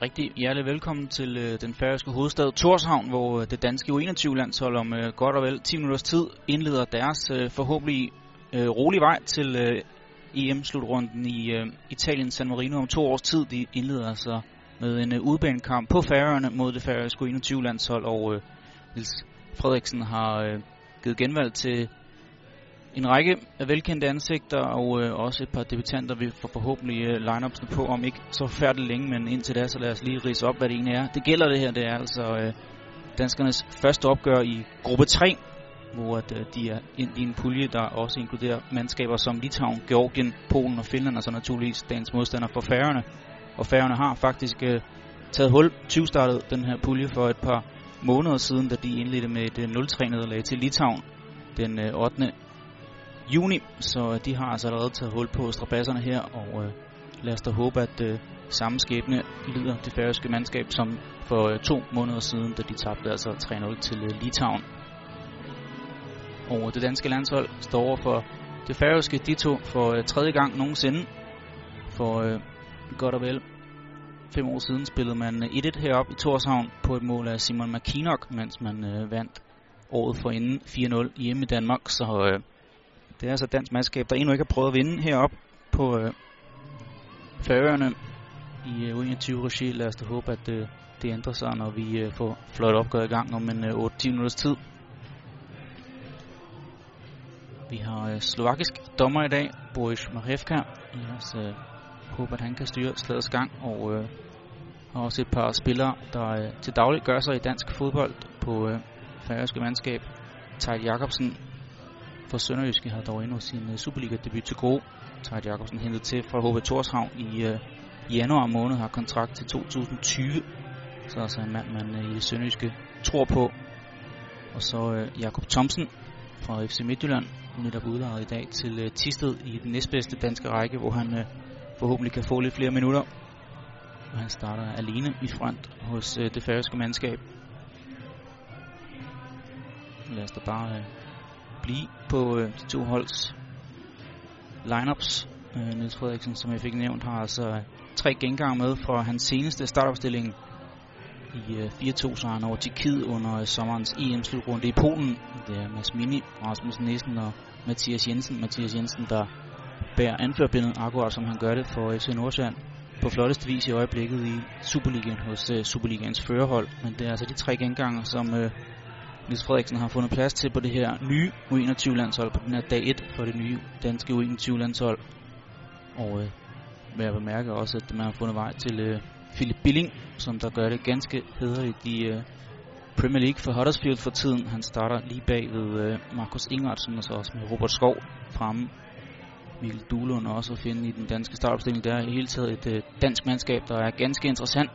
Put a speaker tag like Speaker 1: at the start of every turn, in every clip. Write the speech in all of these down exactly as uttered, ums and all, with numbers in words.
Speaker 1: Rigtig hjertelig velkommen til øh, den færøske hovedstad Tórshavn, hvor øh, det danske U enogtyve-landshold om øh, godt og vel ti minutters tid indleder deres øh, forhåbentlig øh, rolige vej til øh, E M-slutrunden i øh, Italien San Marino om to års tid. De indleder altså med en øh, udbanekamp på Færøerne mod det færøske U enogtyve-landshold, og øh, Niels Frederiksen har øh, givet genvalg til en række af velkendte ansigter, og øh, også et par debutanter, vi får forhåbentlig øh, line-upsene på om ikke så færdigt længe, men indtil da, så lad os lige ridse op, hvad det egentlig er. Det gælder det her, det er altså øh, danskernes første opgør i gruppe tre, hvor at, øh, de er ind i en pulje, der også inkluderer mandskaber som Litauen, Georgien, Polen og Finland, og så naturligvis dagens modstander for Færøerne. Og Færøerne har faktisk øh, taget hul, tyve-startet den her pulje for et par måneder siden, da de indledte med et øh, nul tre nederlag til Litauen den øh, ottende juni, så de har altså allerede taget hul på strabasserne her, og øh, lad os da håbe, at øh, samme skæbne lider det færøske mandskab som for øh, to måneder siden, da de tabte altså tre nul til øh, Litauen. Og det danske landshold står over for det færøske ditto for øh, tredje gang nogensinde. For øh, godt og vel fem år siden spillede man øh, et et heroppe i Tórshavn på et mål af Simon McKinnock, mens man øh, vandt året forinden fire nul hjemme i Danmark, så øh, det er altså et dansk mandskab, der endnu ikke har prøvet at vinde heroppe på øh, Færøerne i øh, U enogtyve-regi. Lad os da håbe, at øh, det ændrer sig, når vi øh, får flot opgør i gang om en øh, otte til ti minutters tid. Vi har øh, slovakisk dommer i dag, Boris Marevka. Lad os øh, håbe, at han kan styre slagets gang, og øh, har også et par spillere, der øh, til daglig gør sig i dansk fodbold på øh, færøske mandskab. Tejt Jacobsen for Sønderjyske har dog endnu sin uh, Superliga-debut til gode. Tejt Jacobsen hentet til fra H V Tórshavn i uh, januar måned, har kontrakt til to tusind tyve. Så altså en mand, man uh, i det Sønderjyske tror på. Og så uh, Jakob Thomsen fra F C Midtjylland, netop udlejet i dag til uh, Thisted i den næstbedste danske række, hvor han uh, forhåbentlig kan få lidt flere minutter. Og han starter alene i front hos uh, det færøske mandskab. Lad os da bare uh, blive på øh, de to holds lineups. Øh, Niels Frederiksen, som jeg fik nævnt, har altså øh, tre gengange med fra hans seneste startopstilling i øh, fire to sejren over Tjekkiet under øh, sommerens E M-slutrunde i Polen. Det er Mads Mini, Rasmus Nissen og Mathias Jensen. Mathias Jensen, der bærer anførbindet, akkurat som han gør det for F C Nordsjælland på flotteste vis i øjeblikket i Superligaen hos øh, Superligaens førerhold. Men det er altså de tre gengange, som øh, Niels Frederiksen har fundet plads til på det her nye U enogtyve-landshold, på den her dag et for det nye danske U enogtyve-landshold. Og øh, vil jeg bemærke også, at man har fundet vej til øh, Philip Billing, som der gør det ganske hæderligt i øh, Premier League for Huddersfield for tiden. Han starter lige bag ved øh, Markus Ingvartsen, og så også med Robert Skov fremme. Mikkel Duelund også at finde i den danske startopstilling. Der er i hele taget et øh, dansk mandskab, der er ganske interessant.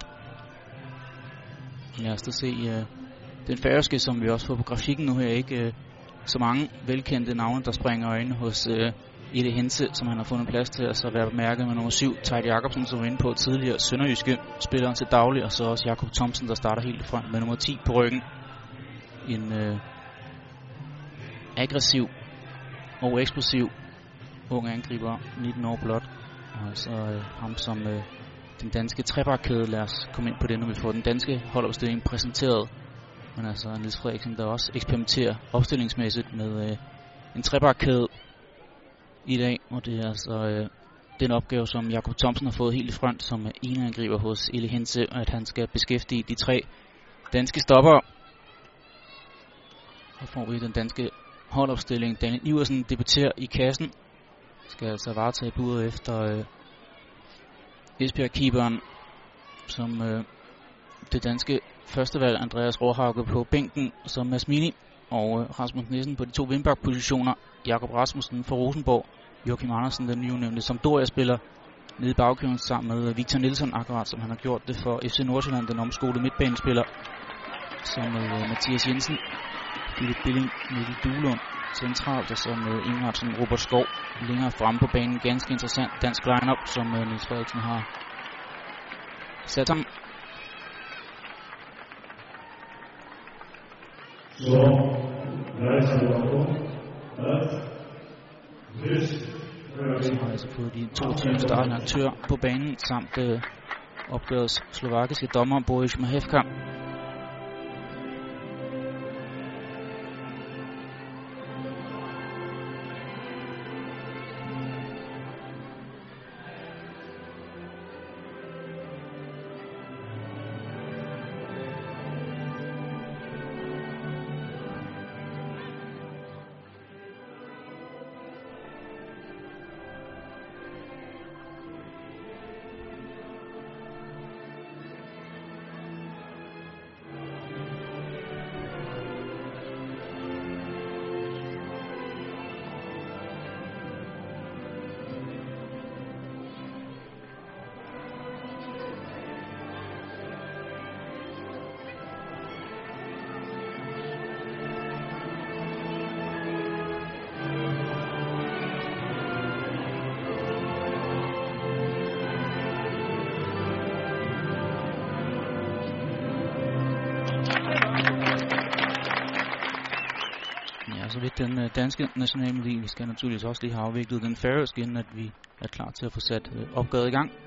Speaker 1: Lad os da se øh, den færøske, som vi også får på grafikken nu her, ikke øh, så mange velkendte navne, der springer øjnene hos øh, Ede Hense, som han har fundet plads til, og så være bemærket med nummer syv, Tejt Jacobsen, som var inde på tidligere, Sønderjyske spiller til daglig, og så også Jakob Thomsen, der starter helt front med nummer ti på ryggen. En øh, aggressiv og eksplosiv ung angriber, nitten år blot, og så øh, ham som øh, den danske trebakkæde. Lad os komme ind på det, når vi får den danske holdopstilling præsenteret. Men altså Niels Frederiksen, der også eksperimenterer opstillingsmæssigt med øh, en trebakkæde i dag, og det er altså øh, den opgave, som Jakob Thomsen har fået helt i front, som er ene angriber hos Ede Hense, og at han skal beskæftige de tre danske stopper. Så får vi den danske holdopstilling. Daniel Iversen debuterer i kassen, skal altså varetage buret efter øh, Esbjerg-keeperen, som øh, det danske førstevalg Andreas Råhauke på bænken, som Mads Mini, og øh, Rasmus Nissen på de to wingback-positioner. Jakob Rasmussen for Rosenborg, Joachim Andersen, den nyudnævnte Sampdoria-spiller, nede i bagkøben sammen med Victor Nilsson, akkurat som han har gjort det for F C Nordsjælland, den omskolede midtbanespiller, som med øh, Mathias Jensen, Philip Billing, Mikkel Duelund centralt, og så med Ingvartsen, Robert Skov længere fremme på banen. Ganske interessant dansk line-up, som øh, Niels Frederiksen har sat sammen.
Speaker 2: Så,
Speaker 1: Så har jeg altså fået de toogtyve startende aktører på banen, samt øh, opgørets slovakiske dommer Boris Mahevka. Så vidt den øh, danske nationalmelodi. Vi skal naturligvis også lige have afviklet den færøske, inden at vi er klar til at få sat øh, opgøret i gang.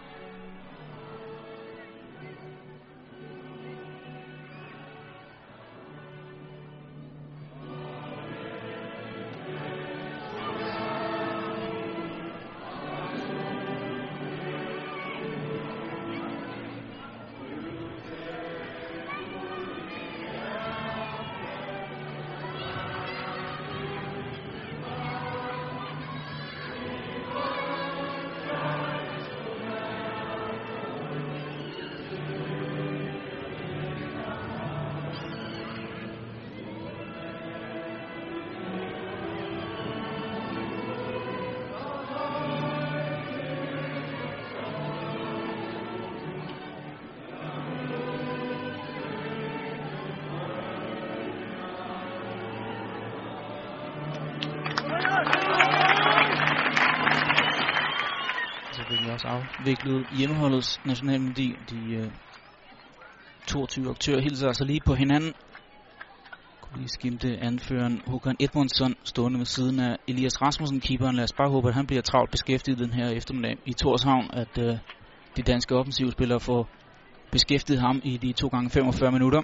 Speaker 1: Også afviklet hjemmeholdets nationalmelodi. De øh, toogtyve aktører hilser altså lige på hinanden. Kunne lige skimte anføreren Håkan Edmundsson stående ved siden af Elias Rasmussen, keeperen. Lad os bare håbe, at han bliver travlt beskæftiget den her eftermiddag i Tórshavn, at øh, de danske offensivspillere får beskæftiget ham i de to gange femogfyrre minutter.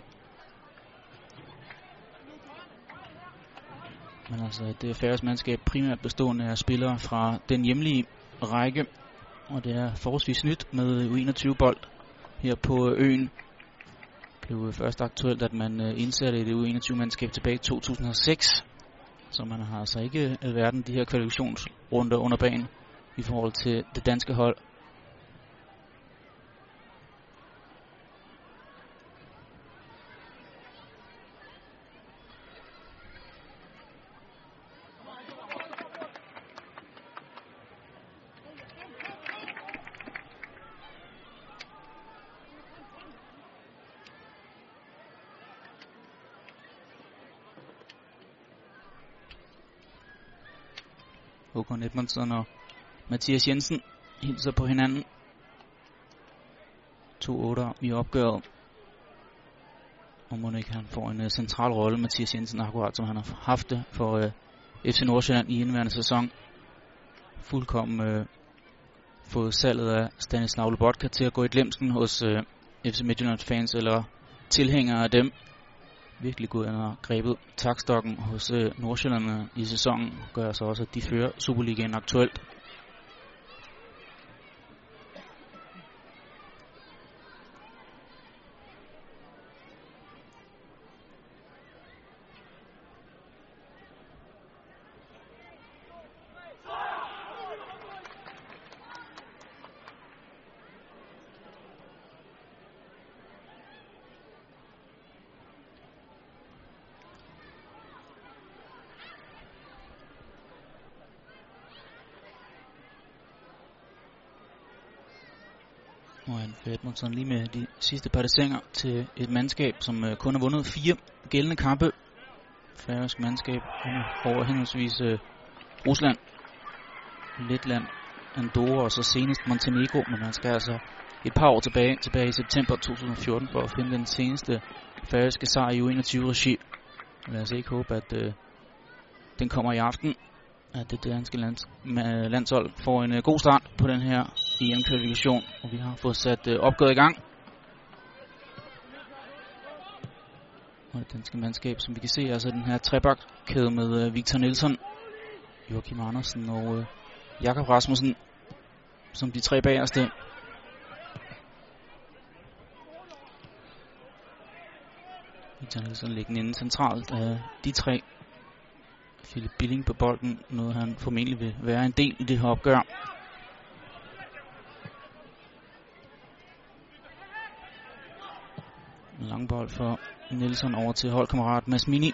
Speaker 1: Men altså, det er færøsk mandskab primært bestående af spillere fra den hjemlige række. Og det er forholdsvis nyt med U enogtyve bold her på øen. Det blev først aktuelt, at man indsatte det U enogtyve mandskab tilbage i to tusind og seks. Så man har altså ikke alverden de her kvalifikationsrunder under banen i forhold til det danske hold. Håkan Edmundsson og Mathias Jensen hilser på hinanden. To otter i opgøret. Og må ikke han får en uh, central rolle, Mathias Jensen, akkurat som han har haft det for uh, F C Nordsjælland i indværende sæson. Fuldkommen uh, fået salget af Stanislav Lobotka til at gå i glemslen hos uh, F C Midtjylland fans eller tilhængere af dem. Virkelig gået ind og grebet takstokken hos øh, Nordsjællanderne i sæsonen. Gør så også, at de fører Superligaen aktuelt. Og han fører Edmundsson lige med de sidste par desinger til et mandskab, som uh, kun har vundet fire gældende kampe. Færøsk mandskab over henholdsvis uh, Rusland, Letland, Andorra og så senest Montenegro. Men han skal altså et par år tilbage, tilbage i september to tusind og fjorten for at finde den seneste færøske sejr i U enogtyve-regi. Lad os ikke håbe, at uh, den kommer i aften. At det danske lands, landshold får en uh, god start på den her E M-kvalifikation, og vi har fået sat øh, opgøret i gang. Og det danske mandskab, som vi kan se, er altså den her trebakkæde med øh, Victor Nilsson, Joachim Andersen og øh, Jakob Rasmussen som de tre bagerste. Victor Nilsson ligger inde centralt af de tre. Philip Billing på bolden, noget han formentlig vil være en del i det her opgør. En lang bold for Nilsson over til holdkammerat Mads Mini.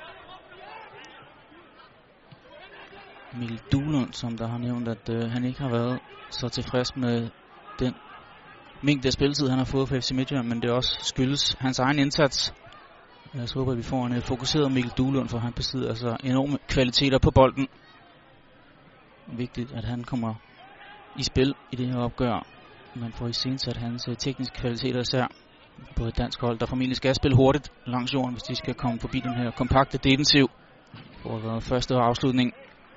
Speaker 1: Mikkel Duelund, som der har nævnt, at øh, han ikke har været så tilfreds med den mængde af spilletid, han har fået for F C Midtjylland, men det også skyldes hans egen indsats. Jeg håber, at vi får en uh, fokuseret Mikkel Duelund, for han besidder altså enorme kvaliteter på bolden. Vigtigt, at han kommer i spil i det her opgør. Man får iscenesat hans uh, tekniske kvaliteter især på et dansk hold, der formentlig skal spille hurtigt langs jorden, hvis de skal komme forbi den her kompakte defensiv for at være første afslutning.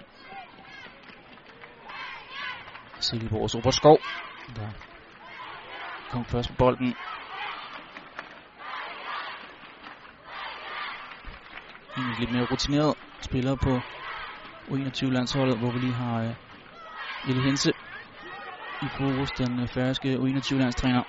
Speaker 1: Silkeborgs Robert Skov, der kom først på bolden. En lidt mere rutineret spiller på U enogtyve-landsholdet, hvor vi lige har uh, Ville Hense i fokus, den uh, færøske U enogtyve-landstræner.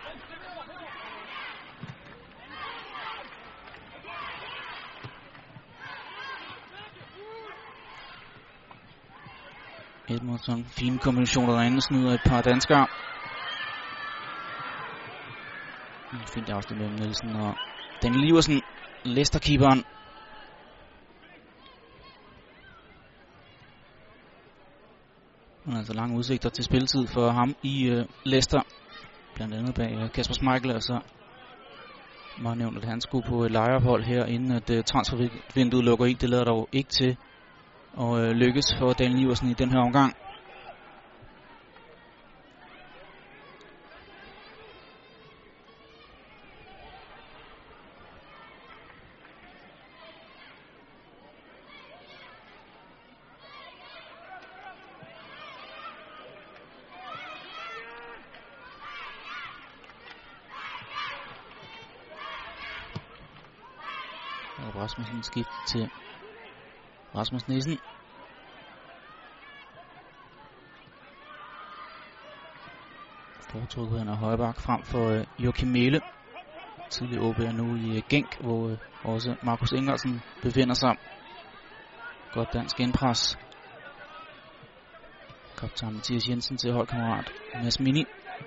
Speaker 1: Edmundson, fine kombinationer derinde, snyder et par danskere. En fint afsted mellem Nielsen og Daniel Iversen, Leicester-keeperen. Han har altså lange udsigter til spilletid for ham i uh, Leicester. Blandt andet bag uh, Kasper Schmeichel, altså var nævnt, at han skulle på et lejeophold her, inden at uh, transfervinduet lukker i. Det lader dog ikke til at uh, lykkes for Daniel Iversen i den her omgang. Rasmussen skift til Rasmus Nielsen. Foretrukket han af højrebak frem for uh, Joachim Mæhle. Tidligere O B'er nu i uh, Genk, hvor uh, også Markus Engelsen befinder sig. Godt dansk indpres. Kaptajn Mathias Jensen til holdkammerat Mads Mini.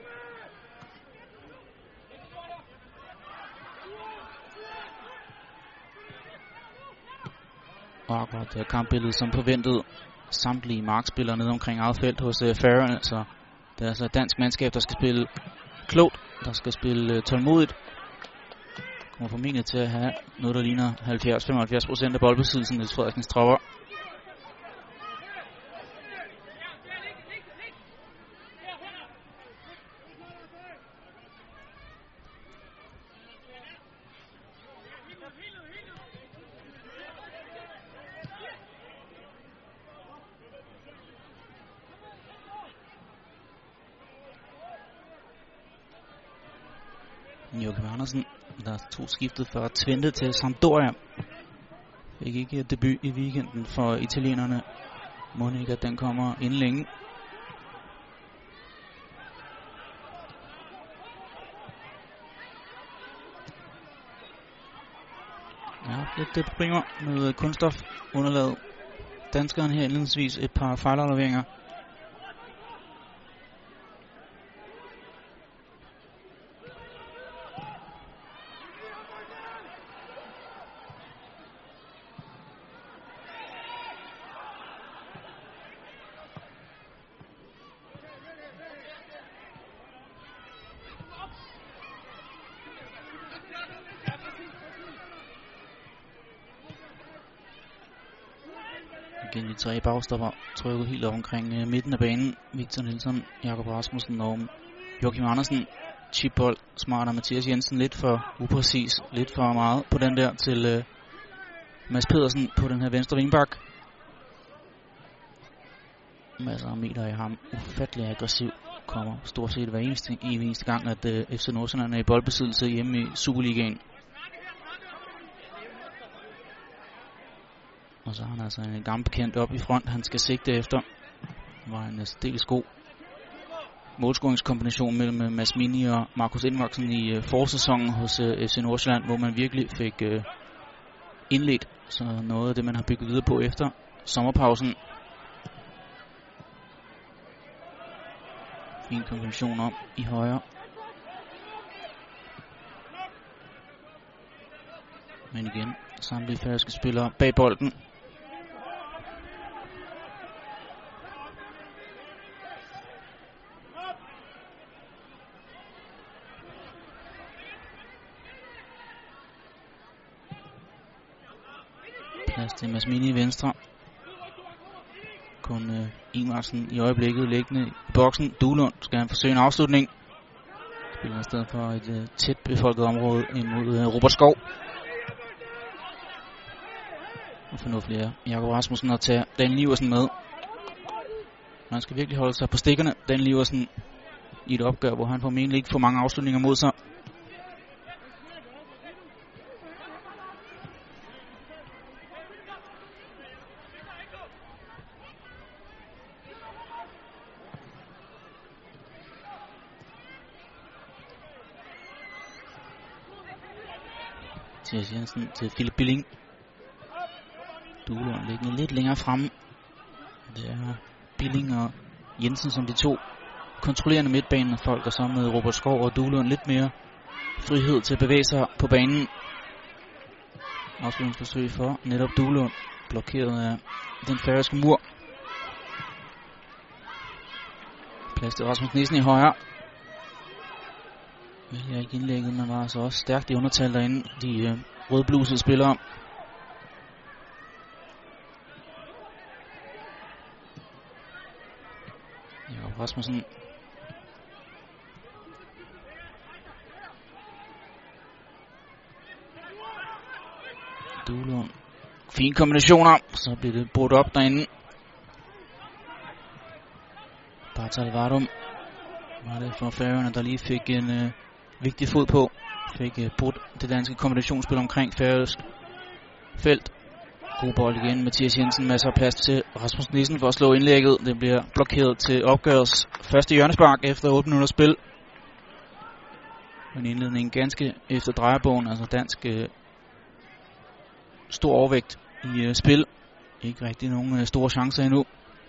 Speaker 1: Og akkurat det kampbillede som forventet. Samtlige markspillere nede omkring eget felt hos uh, Færøerne. Så det er altså et dansk mandskab, der skal spille klogt, der skal spille uh, tålmodigt. Kommer formentlig til at have noget, der ligner halvfjerds til femoghalvfjerds procent af boldbesiddelsen i Frederiksens tropper. Joachim Andersen, der tog skiftet fra Twente til Sampdoria. Fik ikke debut i weekenden for italienerne. Må ikke, at den kommer inden længe. Ja, lidt problemer med kunststof underlaget. Danskeren her indledningsvis et par fejlafleveringer. Igen de tre bagstopper trykket helt op omkring uh, midten af banen. Victor Nilsson, Jakob Rasmussen og Joachim Andersen. Chipbold, smart af Mathias Jensen, lidt for upræcis, lidt for meget på den der til uh, Mads Pedersen på den her venstre vingbak. Masser af meter i ham, ufattelig aggressiv kommer stort set hver eneste, eneste gang, at uh, F C Nordsjælland er i boldbesiddelse hjemme i Superligaen. Og så har han altså en gammel bekendt op i front, han skal sigte efter. Det var en særdeles god målscoringskombination mellem Mads Mini og Markus Indvaksen i uh, forsæsonen hos uh, F C Nordsjælland, hvor man virkelig fik uh, indledt så noget af det, man har bygget videre på efter sommerpausen. Fin kombination om i højre. Men igen, samtlige færøske spillere bag bolden. Plads til Mads Mini i venstre. Kun øh, Ingvartsen i øjeblikket liggende i boksen. Duelund skal han forsøge en afslutning. Spiller i stedet for et øh, tæt befolket område imod øh, Robert Skov. Og fornuftigt er Jakob Rasmussen at tage Daniel Iversen med. Man skal virkelig holde sig på stikkerne. Daniel Iversen i et opgør, hvor han formentlig ikke får mange afslutninger mod sig. Mathias Jensen til Philip Billing. Duelund liggende lidt længere fremme. Det er Billing og Jensen som de to kontrollerende midtbanefolk, og så med Robert Skov og Duelund lidt mere frihed til at bevæge sig på banen. Afslutningsforsøg for netop Duelund, blokeret af den færøske mur. Plads til Rasmus Nielsen i højre. Jeg er ikke indlægget, men var altså også stærkt i undertal derinde, de øh, rødblusede spillere. Ja, Rasmussen. Duelund. Fine kombinationer, så bliver det brudt op derinde. Bartal Varum var det for Færøerne, der lige fik en øh, vigtig fod på. Fik øh, brudt det danske kombinationsspil omkring færøsk felt. God bold igen. Mathias Jensen, masser af plads til Rasmus Nielsen for at slå indlægget. Det bliver blokeret til opgørets første hjørnespark efter otte minutter spil. En indledning ganske efter drejebogen, altså dansk øh, stor overvægt i øh, spil. Ikke rigtig nogen øh, store chancer endnu.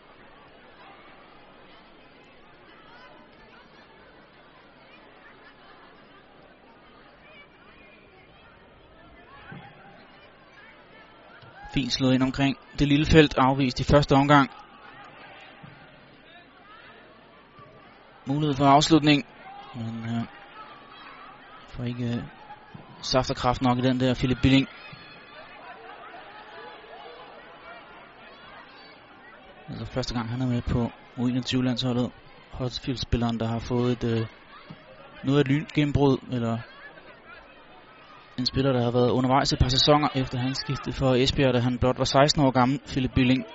Speaker 1: Fint slået ind omkring det lille felt, afvist i første omgang. Mulighed for afslutning, men øh, får ikke øh, saft og kraft nok i den der Philip Billing. Altså første gang han er med på U enogtyve-landsholdet. Huddersfield-spilleren, der har fået et øh, noget af et lyngennembrud, eller en spiller, der har været undervejs et par sæsoner efter han skiftede for Esbjerg, da han blot var seksten år gammel, Philip Billing.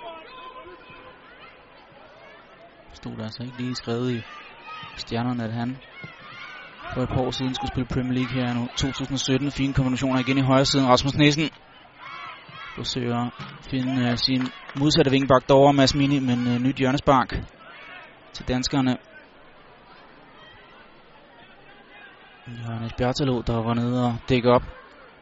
Speaker 1: Stod der altså ikke lige skrevet i stjernerne, at han for et par år siden skulle spille Premier League her nu. to tusind og sytten, fine kombinationer igen i højre siden. Rasmus Nielsen forsøger at finde uh, sin modsatte vingbak derovre, Mads Mini, men uh, nyt hjørnespark til danskerne. Johannes Bjartalo, der var nede og dække op.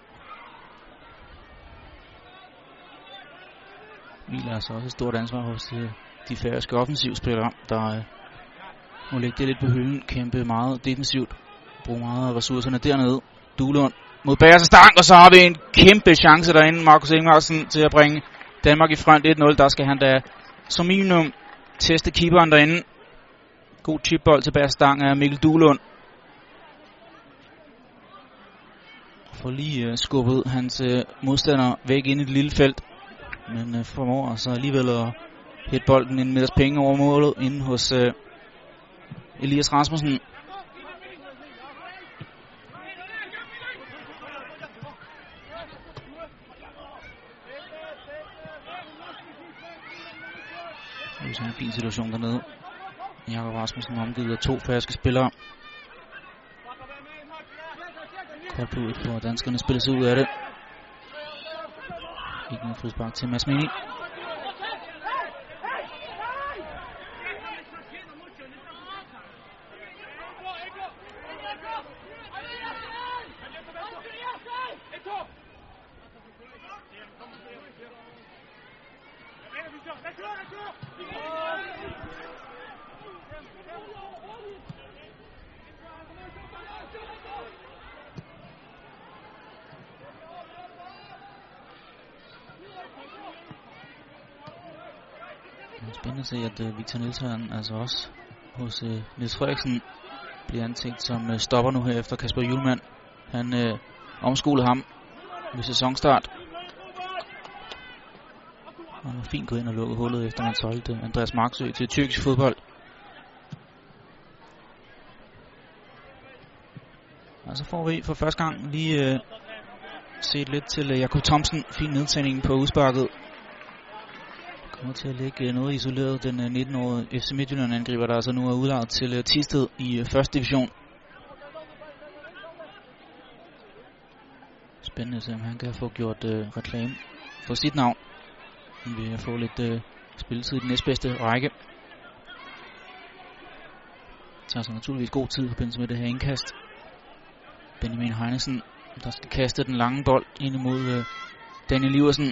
Speaker 1: Hviler altså også et stort ansvar hos de, de færøske offensivspillere, der øh, må lægge det lidt på hylden, kæmpe meget defensivt, bruge meget af ressourcerne dernede. Duelund mod bagerste stang, og så har vi en kæmpe chance derinde, Markus Ingvartsen, til at bringe Danmark i front et nul. Der skal han da som minimum teste keeperen derinde. God chipbold til bagerste stang af Mikkel Duelund. Får lige uh, skubbet hans uh, modstander væk ind i det lille felt, men uh, formår så alligevel at hætte bolden en meters penge over målet inde hos uh, Elias Rasmussen. Det er en fin situation dernede. Jakob Rasmussen omgivet af to færøske spillere. Koldblodet for danskerne spiller sig ud af det. Ikke noget frispark til Mads Mini. Det er spændende at se, at uh, Victor Nielsen, altså også hos uh, Niels Frederiksen, bliver antænkt som uh, stopper nu her efter Kasper Hjulmand. Han uh, omskolede ham ved sæsonstart. Og han var fint gået ind og lukket hullet, efter man solgte Andreas Marksø til tyrkisk fodbold. Og så får vi for første gang lige uh, set lidt til uh, Jakob Thomsen. Fin nedtagning på udsparket. Kommer til at ligge noget isoleret. Den nitten-årige F C Midtjylland angriber, der altså nu er udlejet til Thisted i første division. Spændende at se, om han kan få gjort uh, reklame for sit navn. Han vil få lidt uh, spilletid i den næstbedste række. Det tager så naturligvis god tid i forbindelse med det her indkast. Benjamin Heinesen, der skal kaste den lange bold ind imod uh, Daniel Iversen.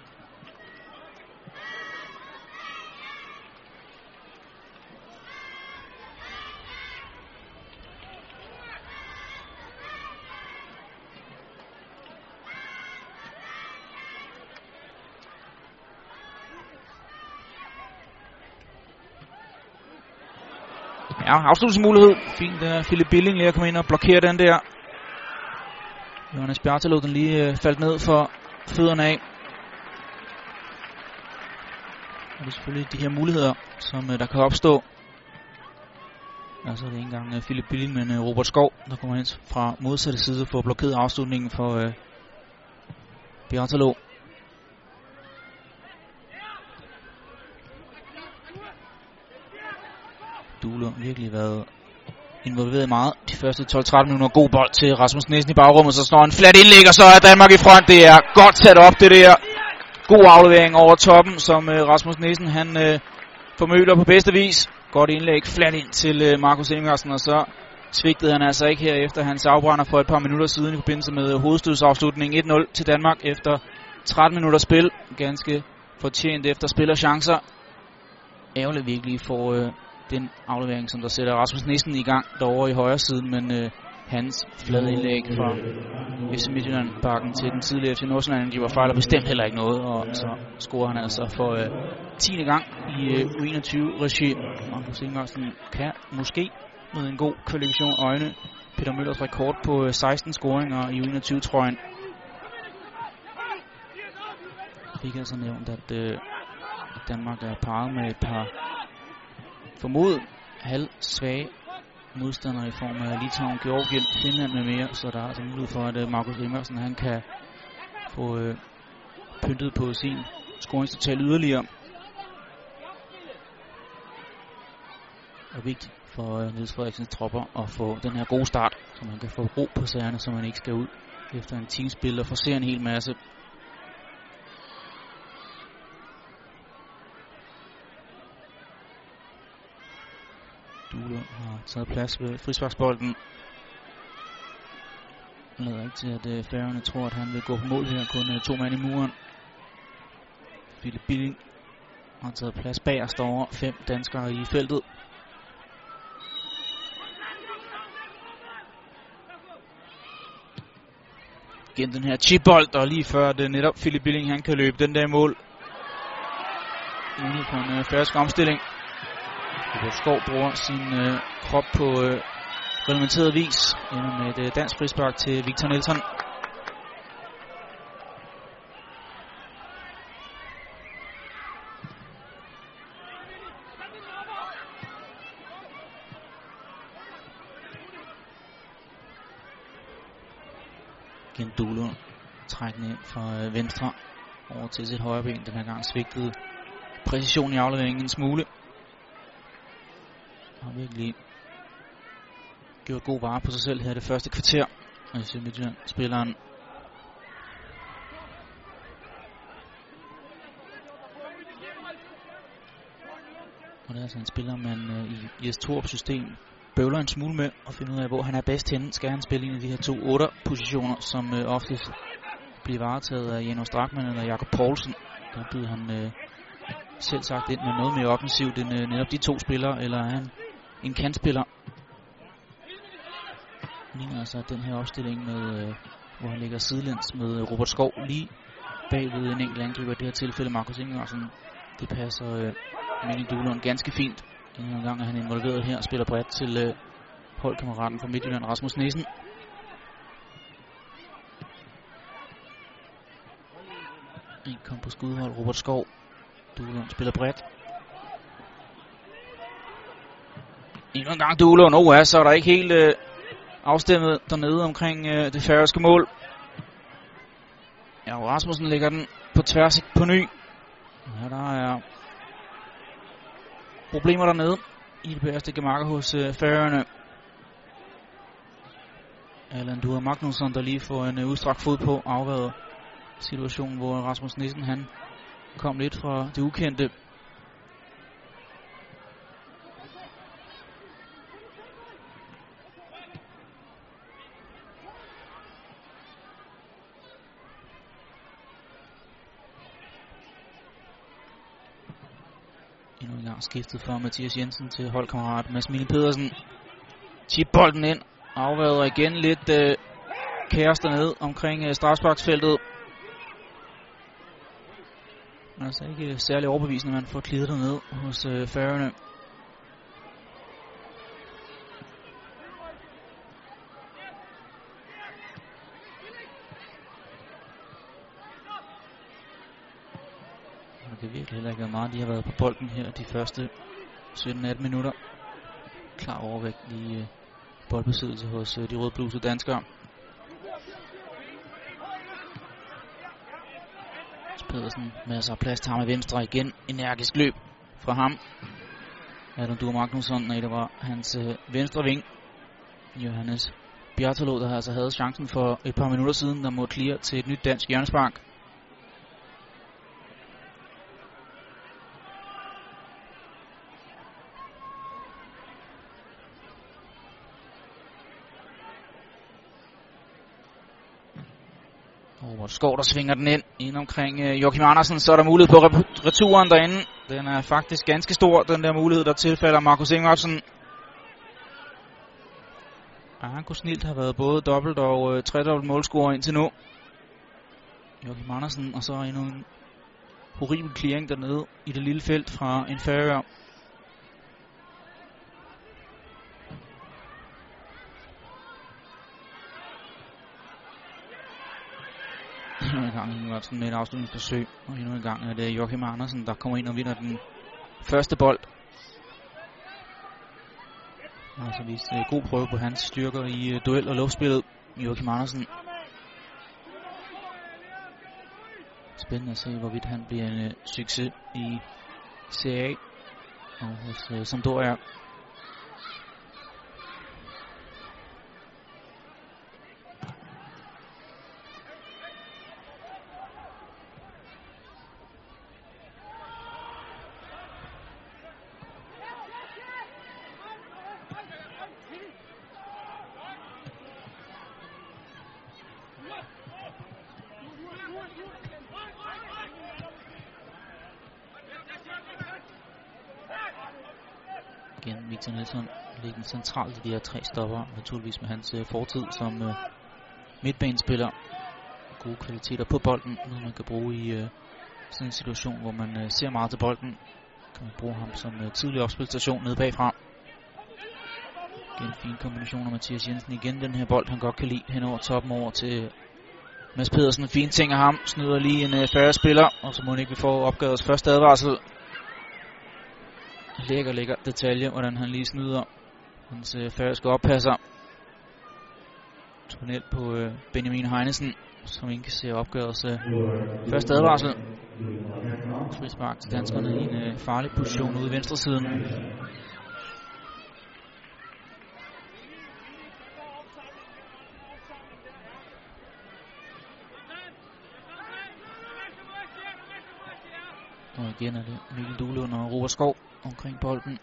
Speaker 1: Ja, afslutningsmulighed. Fint af uh, Philip Billing lige at komme ind og blokere den der. Jonas Bjartelå, den lige uh, faldt ned for fødderne af. Og det er selvfølgelig de her muligheder, som uh, der kan opstå. Og så er det ikke engang uh, Philip Billing, men uh, Robert Skov, der kommer hen fra modsatte side for at blokere afslutningen for uh, Bjartelå. Duel har virkelig været involveret meget de første tolv tretten minutter. God bold til Rasmus Nielsen i bagrummet, så står en flat indlæg, og så er Danmark i front. Det er godt sat op, det der. God aflevering over toppen, som uh, Rasmus Nielsen han uh, formøler på bedste vis. Godt indlæg, flat ind til uh, Markus Ingersen, og så svigtede han altså ikke her efter hans afbrænder for et par minutter siden i forbindelse med uh, hovedstødsafslutningen. et nul til Danmark efter tretten minutter spil. Ganske fortjent efter spillerchancer. Ærgerligt virkelig for uh, den aflevering, som der sætter Rasmus Nielsen i gang derovre i højre siden, men øh, hans flade indlæg fra F C Midtjylland-bakken til den tidligere F C Nordsjælland-angriber fejler bestemt heller ikke noget, og så scorer han altså for øh, tiende gang i øh, U enogtyve-regi. Markus Ingersen kan måske med en god kvalifikation øjne Peter Møllers rekord på øh, seksten scoringer i U enogtyve-trøjen. Jeg fik altså nævnt, at øh, Danmark er parret med et par formodet halvsvage modstandere i form af Litauen, Georgien, Finland med mere, så der er altså mulighed for, at uh, Markus Ingersen han kan få uh, pyntet på sin scoringstotal yderligere. Og vigtigt for uh, Niels Frederiksens tropper at få den her gode start, så man kan få ro på sagerne, så man ikke skal ud efter en teamspil og forser en hel masse. Duel har taget plads ved frisparksbolden. Det lader ikke til, at uh, Færøerne tror, at han vil gå på mål her. Kun uh, to mand i muren. Philip Billing har taget plads bag og står over fem danskere i feltet. Igen den her chipbold, og lige før det netop Philip Billing han kan løbe den der mål. Ude på en uh, færøsk omstilling. Robert Skov bruger sin øh, krop på øh, reglementeret vis. Ender med et øh, dansk frispark til Victor Nielsen. Igen Dulo trækkende ind fra øh, venstre over til sit højre ben. Den her gang svigtede præcision i afleveringen en smule. har virkelig gjort god vare på sig selv her det første kvarter. F C Midtjylland spilleren og det er altså en spiller, man øh, i Jes Torups system bøvler en smule med og finder ud af, hvor han er bedst henne. Skal han spille en af de her to otter-positioner, som øh, oftest bliver varetaget af Jens Strakman eller Jakob Poulsen. Der byder han øh, selv sagt ind med noget mere offensivt end øh, netop de to spillere, eller er han en kantspiller. Det ligner altså den her opstilling, med, øh, hvor han ligger sidelæns med Robert Skov lige bagved en enkelt angriber. I det her tilfælde Markus Ingevartsen. Det passer øh, Mikkel Duelund ganske fint. En gang er han involveret her og spiller bredt til øh, holdkammeraten fra Midtjylland, Rasmus Nissen. En kom på skudhold, Robert Skov. Duelund spiller bredt. En gang Duelund. Oh, ja, så er der ikke helt øh, afstemmet dernede omkring øh, det færøske mål. Ja, Rasmussen lægger den på tværs på ny. Ja, der er problemer dernede i det bagerste gemakker hos øh, Færøerne. Allan Dua Magnusson, der lige får en øh, udstrakt fod på, afværget situationen, hvor Rasmus Nissen han kom lidt fra det ukendte. Endnu en gang skiftet fra Mathias Jensen til holdkammerat Mads Mille Pedersen. Chip bolden ind. Afværger igen lidt øh, kaos dernede omkring øh, strafsparksfeltet. Men altså ikke særlig overbevisende, man får klidret dernede hos øh, Færøerne. Det er virkelig heller ikke meget, de har været på bolden her de første sytten atten minutter. Klar overvægt i øh, boldbesiddelse hos øh, de rødblusede danskere. Pedersen masser af plads til ham med venstre igen. Energisk løb fra ham. Allan Dua Magnusson, nej, det var hans øh, venstre ving. Johannes Bjartalo, der altså havde chancen for et par minutter siden, der må clear til et nyt dansk hjørnespark. Robert Skov, der svinger den ind, ind omkring øh, Joachim Andersen, så er der mulighed på rep- returen derinde. Den er faktisk ganske stor, den der mulighed, der tilfælder Markus Ingevartsen. Ja, han kunne snilt have været både dobbelt og øh, tredobbelt målscorer indtil nu. Joachim Andersen, og så endnu en horribel clearing dernede i det lille felt fra en færøer. Endnu en gang Ingevartsen med et afslutningsforsøg, og endnu en gang er det Joachim Andersen, der kommer ind og vinder den første bold. Og altså vist uh, god prøve på hans styrker i uh, duel og luftspillet, Joachim Andersen. Spændende at se, hvorvidt han bliver en uh, succes i Serie A og hos uh, Sampdoria. Igen Victor Nilsson ligger centralt i de her tre stopper, naturligvis med hans uh, fortid som uh, midtbanespiller. Gode kvaliteter på bolden, noget man kan bruge i uh, sådan en situation, hvor man uh, ser meget til bolden. Kan man bruge ham som uh, tidlig opspilstation nede bagfra. Igen fine kombinationer. Mathias Jensen igen den her bold, han godt kan lide hen over toppen over til Mads Pedersen. Fine ting af ham, snyder lige en uh, færre spiller, og så må han ikke få opgavets første advarsel. Lækker, lækker detalje, hvordan han lige snyder hans øh, færøske oppasser. Tunnel på øh, Benjamin Heinesen, som ikke kan se opgørelse øh, første advarsel. Frispark til danskerne i en øh, farlig position ude i venstre siden. Og igen er det Mikkel Duelund og Robert Skov omkring bolden.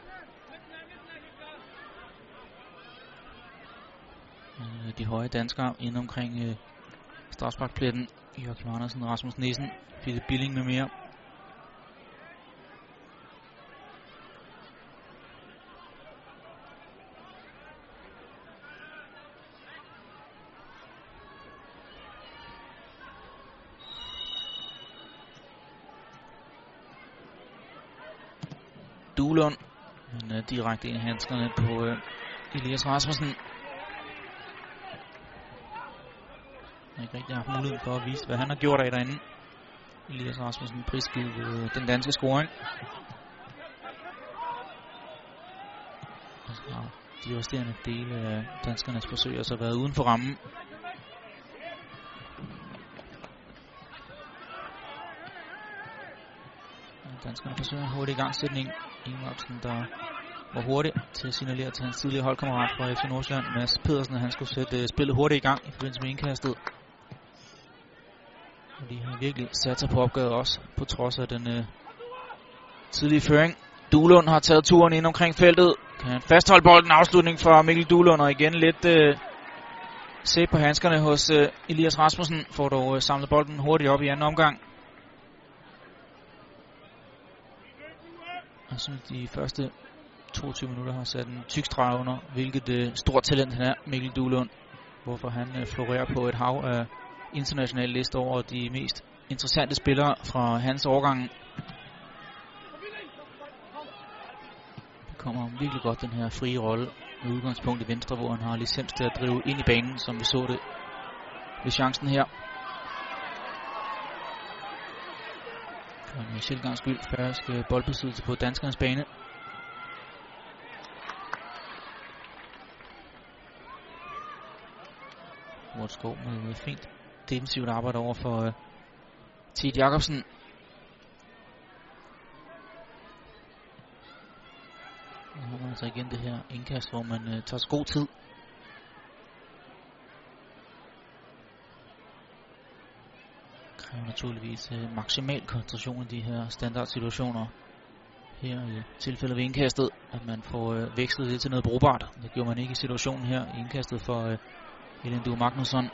Speaker 1: De høje danskere inde omkring øh, straffesparkspletten. Joachim Andersen, Rasmus Nissen, Philip Billing med mere. Duelund, men øh, direkte ind i handskerne på øh, Elias Rasmussen. Han har ikke rigtig haft mulighed for at vise, hvad han har gjort af derinde. Elias Rasmussen prisgivet ved den danske scoring. Og så har de resterende dele af danskernes forsøg også været uden for rammen. Danskerne forsøger hurtigt i gangsætning. Ingvartsen, der var hurtigt til at signalere til hans tidligere holdkammerat fra F C Nordsjælland, Mads Pedersen, at han skulle sætte spillet hurtigt i gang i forbindelse med indkastet. Og de har virkelig sat sig på opgavet også, på trods af den øh, tidlige føring. Duelund har taget turen ind omkring feltet. Kan han fastholde bolden? Afslutning fra Mikkel Duelund, og igen lidt øh, sæt på handskerne hos øh, Elias Rasmussen. Får dog øh, samlet bolden hurtigt op i anden omgang. Jeg synes, de første toogtyve minutter har sat en tyk streg under, hvilket øh, stort talent han er, Mikkel Duelund. Hvorfor han øh, florerer på et hav af internationale lister over de mest interessante spillere fra hans årgang. Det kommer virkelig godt, den her frie rolle med udgangspunkt i venstre, hvor han har licens til at drive ind i banen, som vi så det ved chancen her. For en sjældent gang skyld færøsk boldbesiddelse på danskernes bane. Robert Skov med fint defensivt arbejde over for uh, Tid Jacobsen. Nu har man altså igen det her indkast, hvor man uh, tager så god tid. Kræver naturligvis uh, maksimal koncentration i de her standardsituationer. Her i tilfældet ved indkastet, at man får uh, vekslet det til noget brugbart. Det gjorde man ikke i situationen her i indkastet for uh, Elindur Magnusson.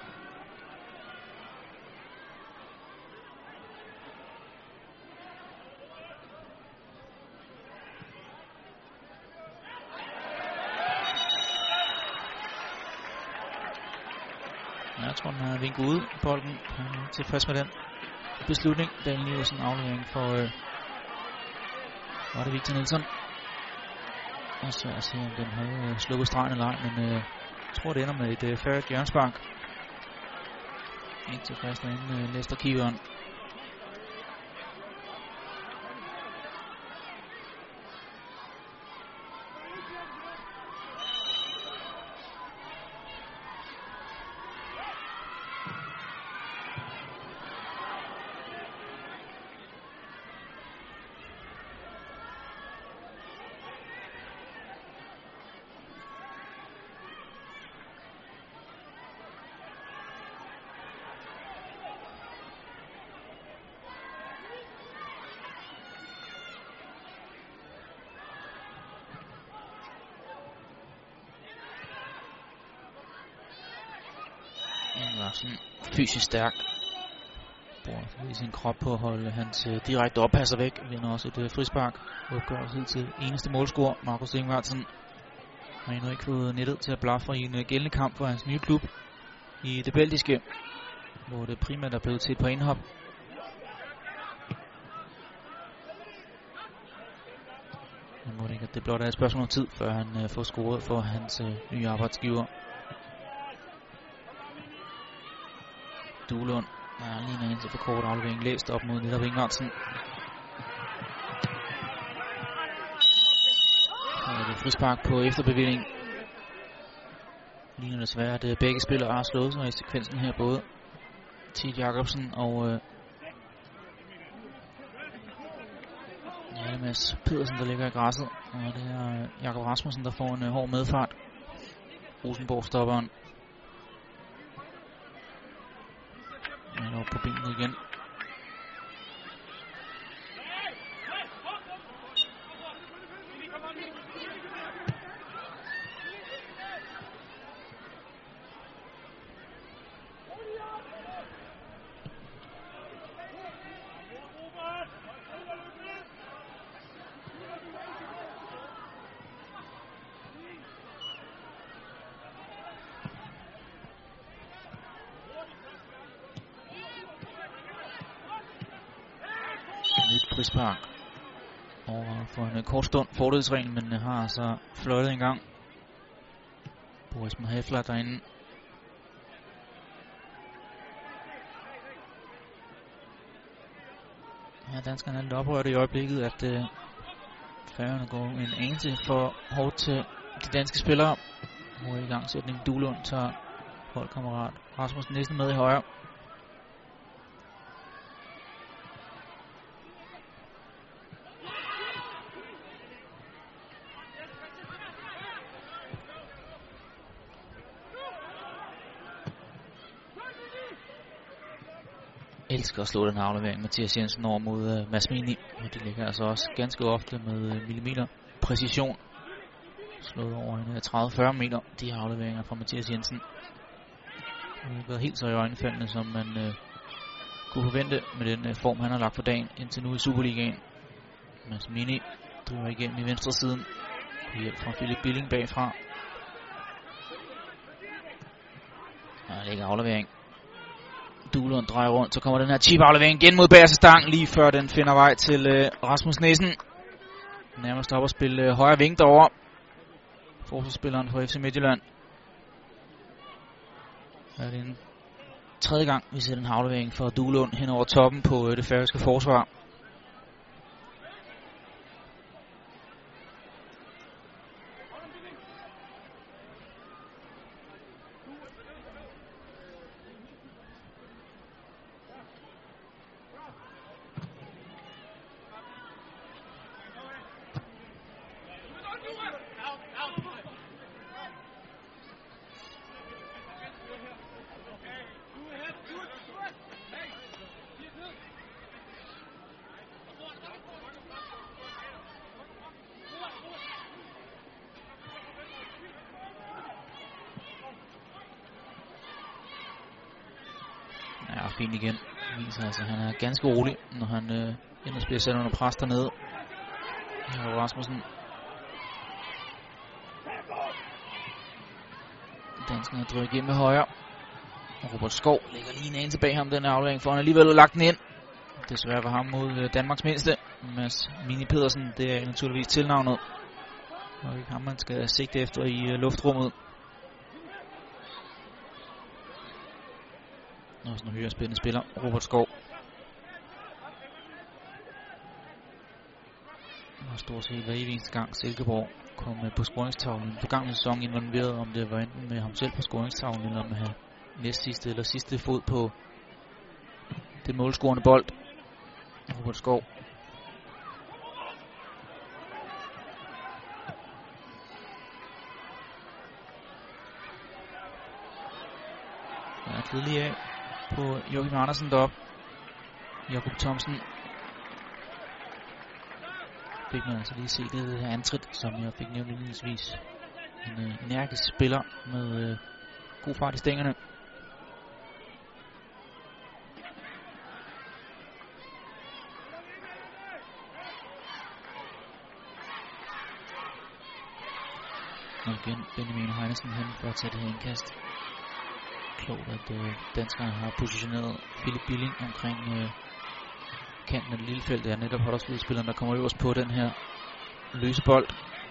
Speaker 1: Jeg tror, han har vinket ud i bolden. Han er tilfreds med den beslutning. Daniel Iversen aflevering for øh, var det Victor Nielsen. Og så at se, om den havde øh, slukket stregen eller ej, men øh, jeg tror, det ender med et øh, færdigt hjørnespark. Ikke tilfreds derinde øh, Lester keeperen. Fysisk stærk. Bruger i sin krop på at holde hans uh, direkte oppasser væk. Vinder også et uh, frispark. Opgør sig til eneste målscorer, Markus Ingvartsen. Har endnu ikke fået nettet til at blafre i en uh, gældende kamp for hans nye klub i det belgiske, hvor det primært er blevet til på indhop. Jeg må ikke, at det blot er et spørgsmål om tid, før han uh, får scoret for hans uh, nye arbejdsgiver. Duelund er lige en eneste for kort aflevering læst op mod netop Ingvartsen. Så er det frispark på efterbevilling. Ligner desværre, at begge spillere har slået sig i sekvensen her, både Tid Jacobsen og øh, ja, Mads Pedersen, der ligger i græsset. Og det er Jakob Rasmussen, der får en øh, hård medfart. Rosenborg-stopperen. Han er på benene igen. frispark. Og for en kort stund fordelsreglen, men har altså fløjtet en gang. Boris Mahefla derinde. Ja, danskerne er lidt oprørt i øjeblikket, at øh, Færøerne går en anelse for hårdt til de danske spillere. Hvor i gangsætning Duelund tager holdkammerat Rasmus Nissen med i højre. Elsker at slå den her aflevering. Mathias Jensen over mod uh, Masmini. Og de ligger altså også ganske ofte med uh, millimeter præcision. Slået over en uh, tredive til fyrre meter. De her afleveringer fra Mathias Jensen. Det har været helt så i øjnefaldende, som man uh, kunne forvente med den uh, form, han har lagt for dagen indtil nu i Superligaen. Masmini driver igennem i venstre siden. Hjælp fra Philip Billing bagfra. Og der ligger aflevering. Duelund drejer rundt, så kommer den her chip-aflevering igen mod bagerste stang, lige før den finder vej til øh, Rasmus Nissen. Nærmest op at spille øh, højre ving derovre. Forsvarsspilleren for F C Midtjylland. Det er den tredje gang, vi ser den her aflevering for Duelund hen over toppen på øh, det færøske forsvar. Ja, fint igen. Viser altså, han er ganske rolig, når han øh, ellers bliver sat under pres dernede. Her er Rasmussen. Danskerne driver igennem med højre. Og Robert Skov ligger lige en anelse bag ham, den aflevering, for han alligevel har lagt den ind. Desværre var ham mod øh, Danmarks mindste, Mads Mini Pedersen. Det er naturligvis tilnavnet. Og ikke ham, man skal sigte efter i øh, luftrummet. Også en højere spændende spiller, Robert Skov. Og stort set hver eneste gang Silkeborg kom på scoringstavlen på gang i sæsonen involveret, om det var enten med ham selv på scoringstavlen, eller med næst sidste eller sidste fod på det målscorende bold. Robert Skov. Ja, tidlig af på Joachim Andersen deroppe. Jakob Thomsen. Fik man altså lige se det her antrit, som jeg fik nævnt indledningsvis. En uh, energisk spiller med uh, god fart i stængerne. Og igen Benjamin Heinesen hen for at tage det her indkast. Klogt, at øh, danskerne har positioneret Philip Billing omkring øh, kanten af det lille felt. Det er netop Huddersfield-spilleren, der kommer øverst på den her løse bold.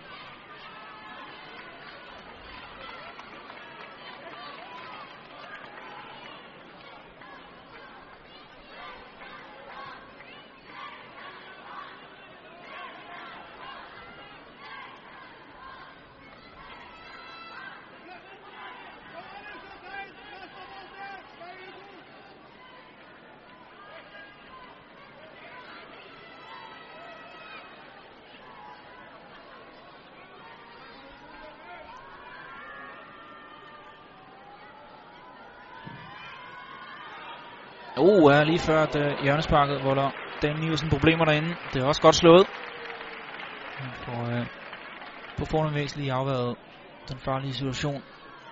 Speaker 1: Oh, er lige før at uh, hjørnesparket volder Dan Nielsen problemer derinde. Det er også godt slået. Han får uh, på forhånd væsentligt afværet den farlige situation.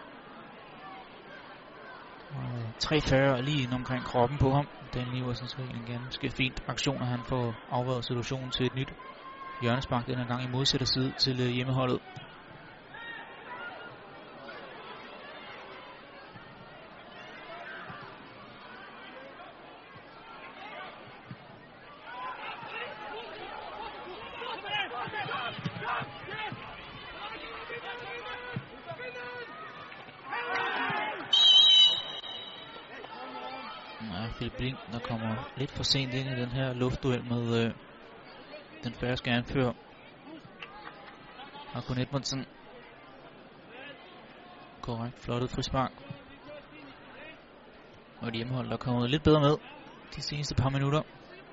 Speaker 1: Uh, tre fyrre lige inde omkring kroppen på ham. Dan Nielsen skal en ganske fint aktion, og han får afværet situationen til et nyt hjørnespark denne gang i modsætter side til uh, hjemmeholdet. Ja, Philip Billing, der kommer lidt for sent ind i den her luftduel med øh, den færøske anfører. Marco Edmundsen. Korrekt, flottet frispark. Og et hjemmehold, der er kommet lidt bedre med de seneste par minutter.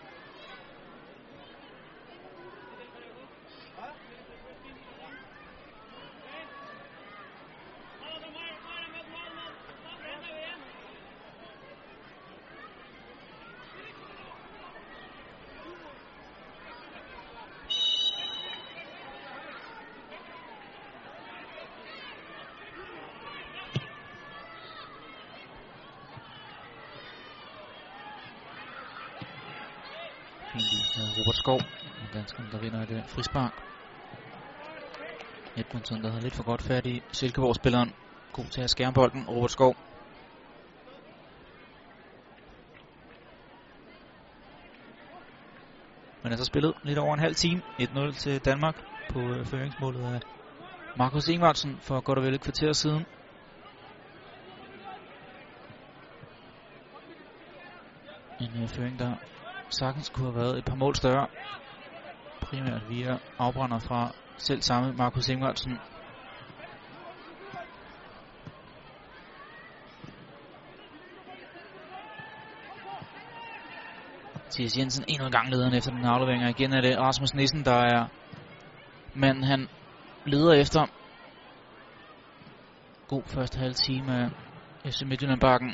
Speaker 1: Robert Skov, og danskeren, der vinder et frispark. Edmundsen, der havde lidt for godt fat i Silkeborg-spilleren. God til at skærme bolden, Robert Skov. Men altså spillet lidt over en halv time. et nul til Danmark på øh, føringsmålet af Markus Ingvartsen for godt og vel et kvarter siden. En øh, føring, der sagtens kunne have været et par mål større. Primært via afbrænder fra selv samme Markus Ingvartsen. Thies Jensen endnu en gang lederen efter den aflevering, og igen er det Rasmus Nissen, der er manden, han leder efter. God første halv time af F C Midtjylland-bakken.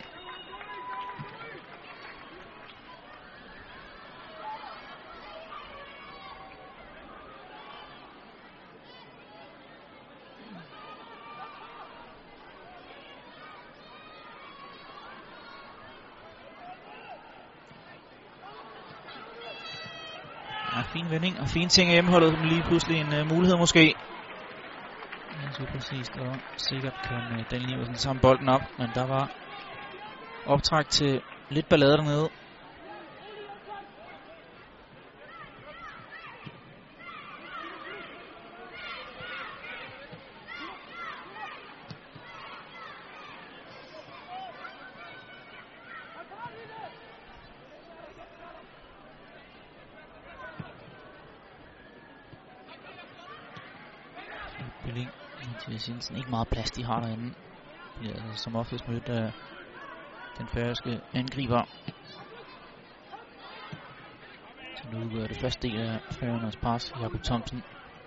Speaker 1: Fin vending og fine ting af hjemmeholdet, som lige pludselig en uh, mulighed måske. Ja, så præcist og sikkert kan uh, Daniel Iversen samle bolden op, men der var optræk til lidt ballade dernede. Billing, Thies Jensen, ikke meget plads, de har derinde. Ja, altså, som oftest mødt af den færøske angriber. Så nu udgør det første del af Færøernes pres, Jakob Thomsen.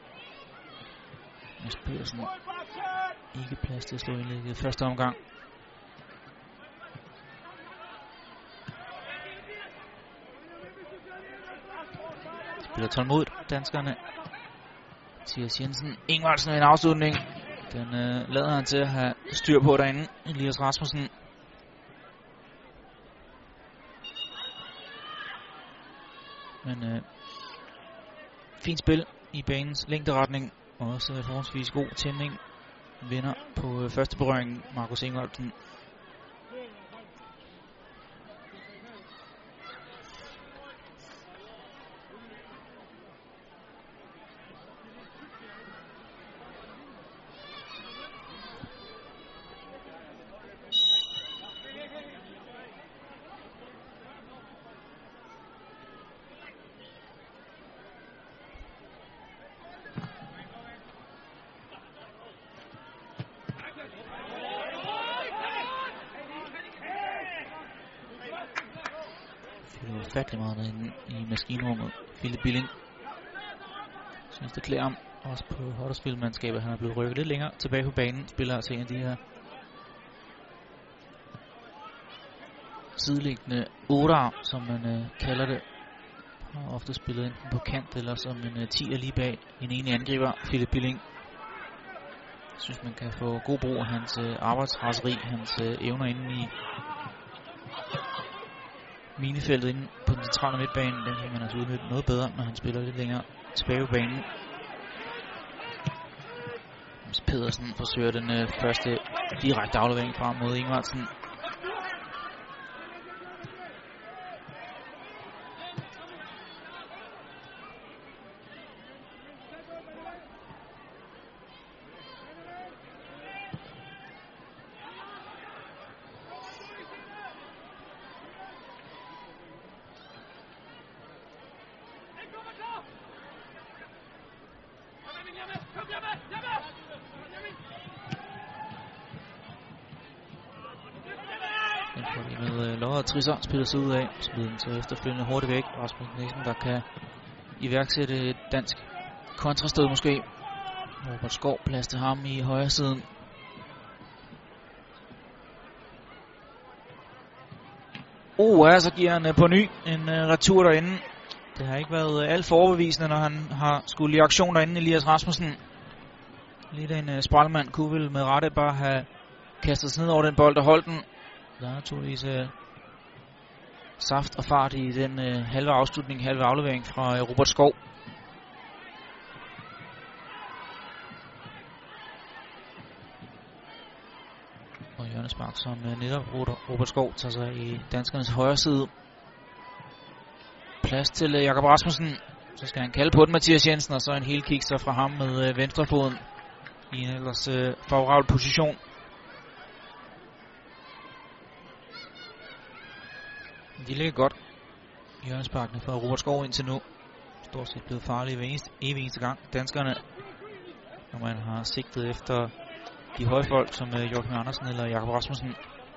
Speaker 1: Mads Pedersen, ikke plads til at slå indlægget første omgang. Spiller tålmodigt, danskerne. Thies Jensen, Ingvartsen med en afslutning. Den øh, lader han til at have styr på derinde, Elias Rasmussen. Men øh, fint spil i banens længderetning, og også øh, forholdsvis god tænding. Vinder på øh, første berøring, Markus Ingvartsen. Ufattelig meget derinde i maskinrummet. Philip Billing synes det klæder ham også på Huddersfield-mandskabet. Han er blevet rykket lidt længere tilbage på banen. Spiller altså en af de her sidelæggende otter, som man øh, kalder det. Har ofte spillet enten på kant eller som en øh, tier lige bag en enig angriber, Philip Billing. Jeg synes man kan få god brug af hans øh, arbejdsraseri, hans øh, evner inde i minefeltet inde på den centrale midtbane. Den kan man altså udnytte noget bedre, når han spiller lidt længere tilbage på banen. Mads Pedersen forsøger den øh, første direkte aflevering frem mod Ingvartsen. Den får vi med øh, Lodder og Trisser spiller sig ud af. Smider den så efterfølgende hurtigt væk. Rasmus Nissen, der kan iværksætte et dansk kontrastød måske. Robert Skov plads til ham i højre siden. Uh, ja, så giver han uh, på ny en uh, retur derinde. Det har ikke været uh, alt for overbevisende, når han har skulle i aktion derinde, Elias Rasmussen. Lidt en uh, sprælmand kunne vel med rette bare have kastet sig ned over den bold og holdt den. Der er naturligvis uh, saft og fart i den uh, halve afslutning, halve aflevering fra uh, Robert Skov. Og hjørnespark, som uh, netop Robert Skov tager sig i danskernes højre side. Plads til uh, Jakob Rasmussen. Så skal han kalde på den, Mathias Jensen, og så en hel kikser fra ham med uh, venstrefoden i en ellers uh, favorabel position. De ligger godt. Hjørnesparkene fra Robert Skov indtil nu. Stort set blevet farlige hver eneste, evig eneste gang. Danskerne, når man har sigtet efter de høje folk som uh, Joachim Andersen eller Jakob Rasmussen.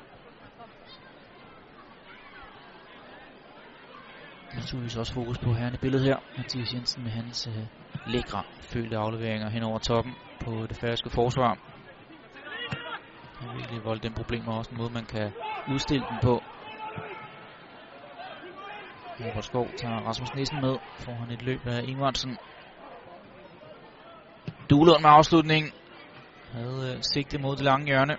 Speaker 1: Naturligvis også fokus på herren i billedet her. Mathias Jensen med hans uh, lækre følte afleveringer hen over toppen på det færøske forsvar. Han har virkelig voldt den problemer, også en måde man kan udstille den på. Robert Skov tager Rasmus Nissen med. Får han et løb af Ingvartsen. Duelund med afslutning. Havde øh, sigte mod det lange hjørne.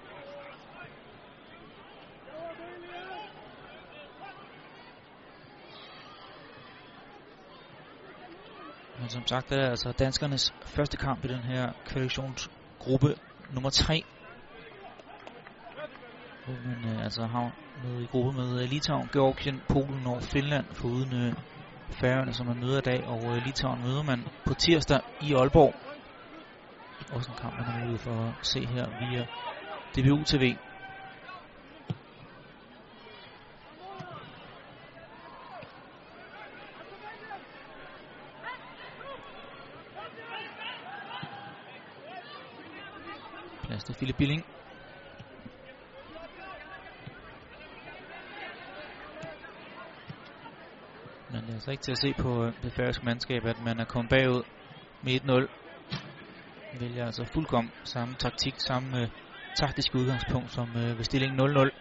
Speaker 1: Men som sagt er det altså danskernes første kamp i den her kvalifikationsgruppe nummer tre. Hvor man øh, altså har med i gruppe med øh, Litauen, Georgien, Polen og Finland, foruden øh, Færøerne, som man møder i dag, og øh, Litauen møder man på tirsdag i Aalborg. Også en kamp, man har mulighed for at se her via D B U T V. Plads til Philip Billing. Men det er altså ikke til at se på øh, det færøske mandskab, at man er kommet bagud med et nul. Vælger altså fuldkommen samme taktik, samme øh, taktiske udgangspunkt som øh, ved stillingen nul nul.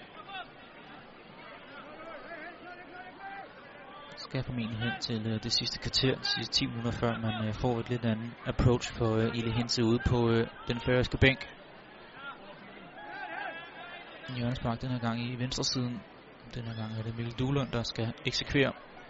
Speaker 1: Skal formentlig hen til øh, det sidste kvarter, de sidste ti minutter, før man øh, får et lidt andet approach for øh, Ile Hense ude på øh, den færøske bænk. Hjørnespark den her gang i venstre siden. Den her gang er det Mikkel Duelund, der skal eksekvere.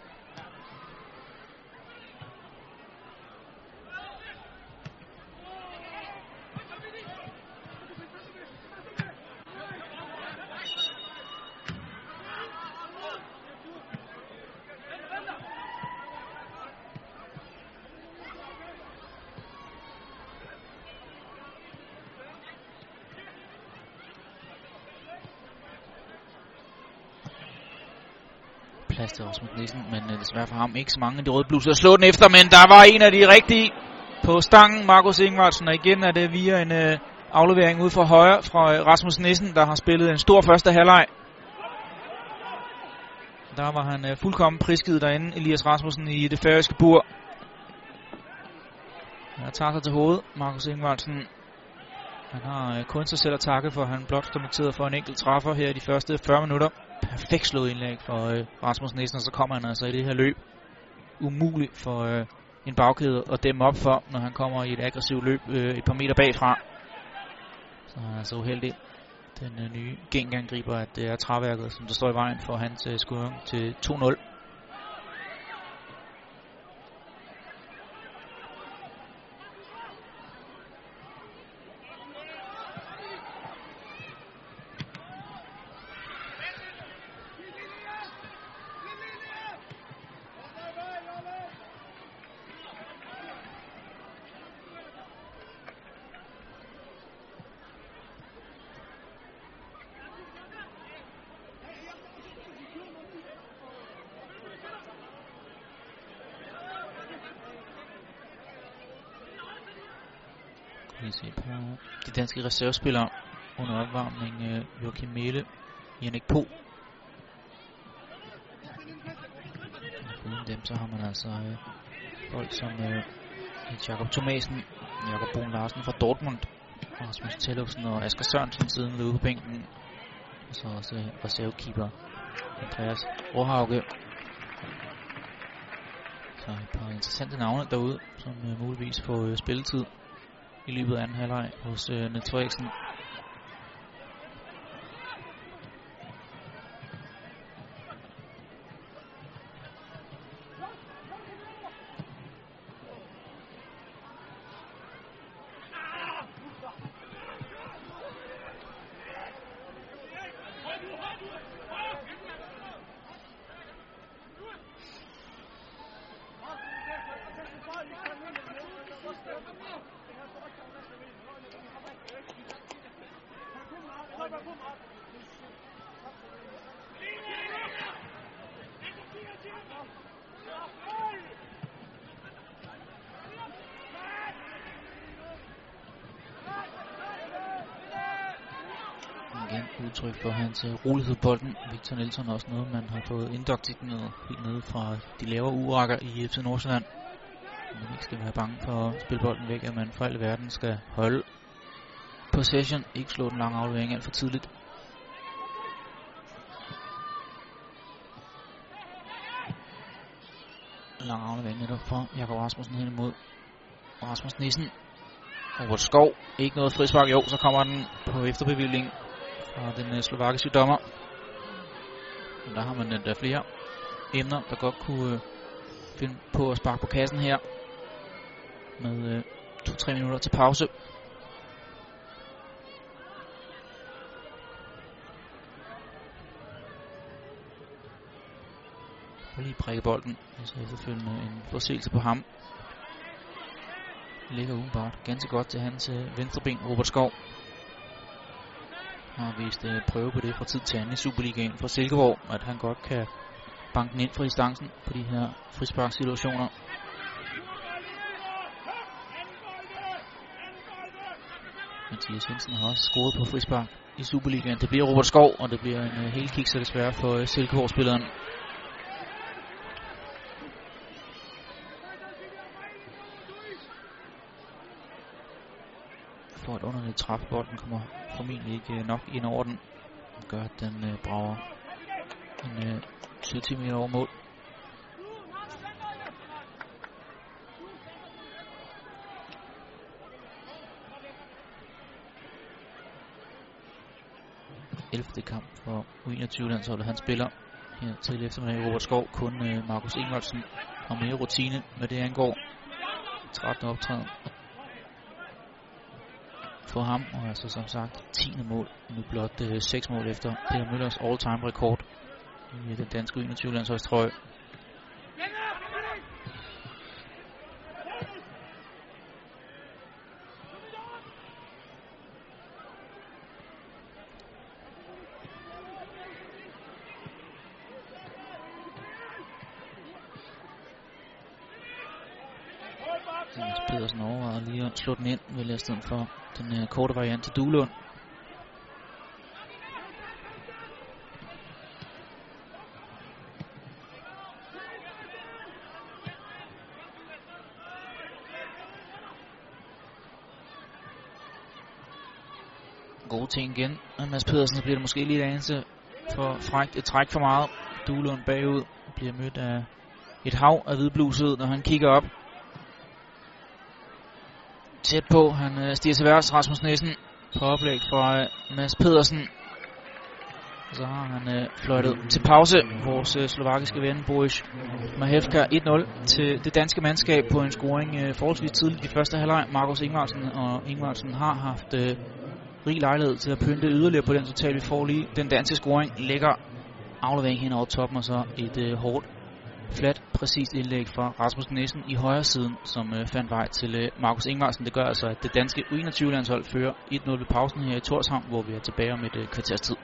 Speaker 1: Plads til Rasmus Nissen, men uh, desværre for ham ikke så mange af de røde bluser at slå den efter, men der var en af de rigtige på stangen, Markus Ingvartsen, og igen er det via en uh, aflevering ud fra højre fra uh, Rasmus Nissen, der har spillet en stor første halvleg. Der var han uh, fuldkommen prisgivet derinde, Elias Rasmussen i det færøske bur. Han tager sig til hovedet, Markus Ingvartsen. Han har uh, kun sig selv at takke for, at han blot står noteret for en enkelt træffer her i de første fyrre minutter. Perfekt slået indlæg for øh, Rasmus Nissen, og så kommer han altså i det her løb. Umuligt for øh, en bagkæde at dæmme op for, når han kommer i et aggressivt løb øh, et par meter bagfra. Så er han så uheldig, den øh, nye gengangriber, at det er træværket, som der står i vejen for hans øh, scoring til to nul. Vi ser på de danske reservespillere under opvarmning. Uh, Joachim Mæhle, Jannik Po. Uden dem, så har man altså uh, folk som uh, Jakob Thomasen, Jakob Brun Larsen fra Dortmund, Rasmus Tellefsen og Asger Sørensen siden ude på bænken. Og så også uh, reservekeeper Andreas Råhauge. Så et par interessante navne derude, som uh, muligvis får uh, spilletid i løbet af anden halvleg hos uh, Niels Frederiksen. Igen udtryk for hans uh, rolighed på bolden. Victor Nielsen også noget, man har fået indoktrineret helt nede fra de lavere ugerækker i F C Nordsjælland. Man ikke skal være bange for at spille bolden væk, at man for al verden skal holde possession, ikke slå den lange aflevering alt for tidligt. Lang aflevering netop for Jakob Rasmussen hen imod Rasmus Nissen. Robert Skov, ikke noget frispark, jo, så kommer den på efterbevilling fra den uh, slovakiske dommer. Men der har man uh, der flere emner, der godt kunne uh, finde på at sparke på kassen her. Med uh, to-tre minutter til pause. Og lige prikke bolden, så efterfølgende en forseelse på ham. Ligger udenbart ganske godt til hans uh, venstreben, Robert Skov. Har vist uh, prøve på det fra tid til anden i Superligaen for Silkeborg, at han godt kan banke den ind fra distancen på de her frisparkssituationer. Mathias Jensen har også scoret på frispark i Superligaen. Det bliver Robert Skov, og det bliver en uh, hel kikser desværre for uh, Silkeborg-spilleren. For et underligt træf. Bolden kommer formentlig ikke nok ind over den. Det gør, at den øh, brager en øh, syv til ti meter over mål. ellevte kamp for U enogtyve-landsholdet. Han spiller her til eftermiddag. Robert Skov, kun øh, Markus Ingvartsen og mere rutine, hvad det angår. trettende optræden for ham, og altså som sagt tiende mål, nu blot øh, seks mål efter Peter Møllers all-time rekord i den danske U enogtyve-landsholdstrøje. Jens Pedersen overvejer lige at slå den ind, vel i stedet for den uh, korte variant til Duelund. Gode ting igen. Og Mads Pedersen, så bliver det måske lidt anelse for frækt. Et træk for meget. Duelund bagud bliver mødt af et hav af hvidbluset, når han kigger op. Tæt på, han øh, stiger til værs, Rasmus Nissen på oplæg fra øh, Mads Pedersen. Så har han øh, fløjtet til pause. Vores øh, slovakiske ven Boris Mahevka et nul til det danske mandskab på en scoring øh, forholdsvis tidligt i første halvleg. Markus Ingvartsen og Ingvartsen har haft øh, rig lejlighed til at pynte yderligere på den total, vi får lige. Den danske scoring ligger aflevering hen over toppen, og så et øh, hårdt, flat, præcist indlæg fra Rasmus Nissen i højre siden, som øh, fandt vej til øh, Markus Ingvartsen. Det gør altså, at det danske U enogtyve-landshold fører et nul ved pausen her i Torshavn, hvor vi er tilbage om et øh, kvarters tid.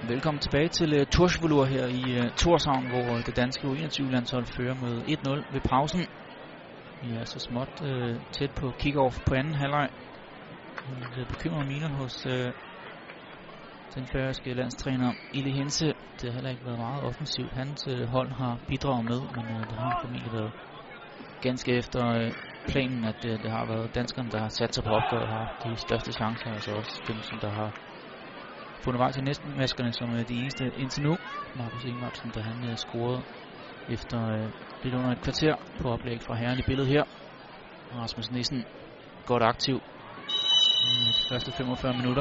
Speaker 1: Velkommen tilbage til uh, Torsvolur her i uh, Torshavn, hvor uh, det danske U enogtyve-landshold fører med et nul ved pausen. Vi er så småt uh, tæt på kick-off på anden halvleg. Det bekymrer mine hos uh, den færøske landstræner Ilde Hense. Det har heller ikke været meget offensivt. Hans uh, hold har bidraget med, men uh, det har formentlig været ganske efter uh, planen, at uh, det har været danskerne, der har sat sig på opgøret og har de største chancer, altså også dem, som der har fundet vej til næsten maskerne som uh, de eneste indtil nu. Markus Ingvartsen, da han uh, scorede efter uh, lidt under et kvarter på oplæg fra herren i billedet her. Rasmus Nissen godt aktiv i de første femogfyrre minutter.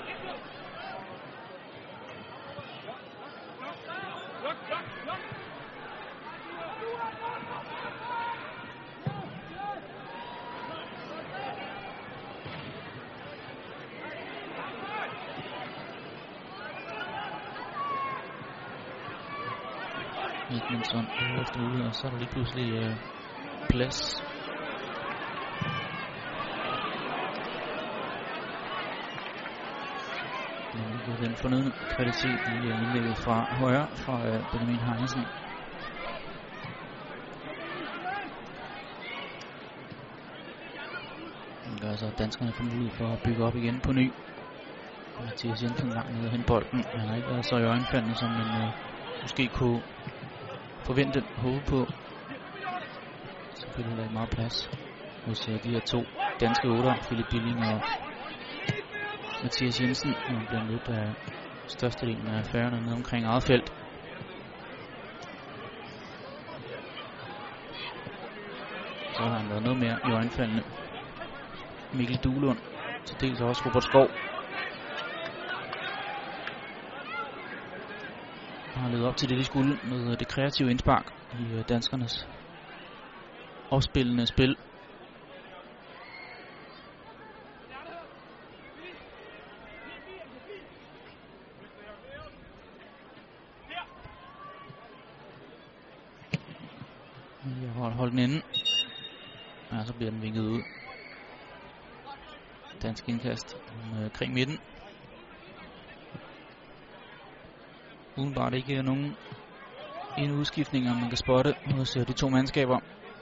Speaker 1: Edmundsson efter mulighed, og så er der lige pludselig øh, plads. Men den fornødne kvalitet i øh, indlægget fra højre fra øh, Benjamin Heinesen. Det gør så, at danskerne får mulighed for at bygge op igen på ny. Mathias Jensen langt nede hen bolden. Han har ikke været så i øjenfaldende, som man øh, måske kunne forvente, håbe på. Selvfølgelig er der meget plads hos uh, de her to danske otter, Philip Billing og Mathias Jensen. Han bliver mødt af størstedelen af færgerne nede omkring eget felt. Så har han været noget mere i øjenfaldene. Mikkel Duelund, til dels også Robert Skov. Har levet op til det, de skulle med det kreative indspark i danskernes opspillende spil. Jeg har holdt den inde. Ja, så bliver den vinket ud. Dansk indkast omkring midten. Udenbart ikke nogen en udskiftninger, man kan spotte hos de to mandskaber.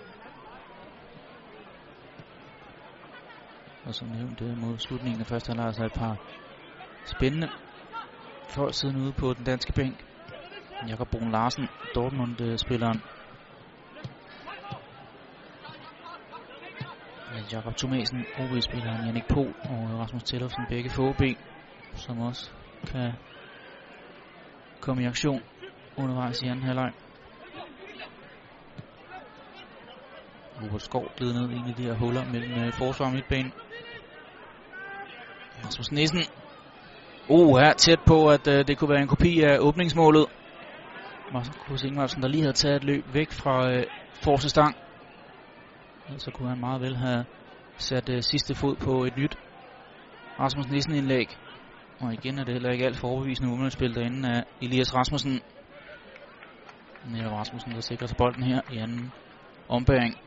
Speaker 1: Og som nævnt mod slutningen af første halvleg, så et par spændende folk siden ude på den danske bænk. Jakob Brun Larsen, Dortmund-spilleren. Jakob Thomasen, O B-spilleren Jannik Pohl og Rasmus Tellefsen, begge for O B, som også kan komme i aktion undervejs i anden halvleg. Robert Skov glider ned i en af de her huller mellem forsvar og midtbanen. Rasmus Nissen. Uh, her tæt på, at uh, det kunne være en kopi af åbningsmålet. Markus Ingvartsen, der lige havde taget et løb væk fra uh, forreste stang. Så kunne han meget vel have sat uh, sidste fod på et nyt Rasmus Nissen-indlæg. Og igen er det heller ikke alt for overbevisende umiddelspil derinde af Elias Rasmussen. Netop Rasmussen, der sikrer sig bolden her i anden ombæring.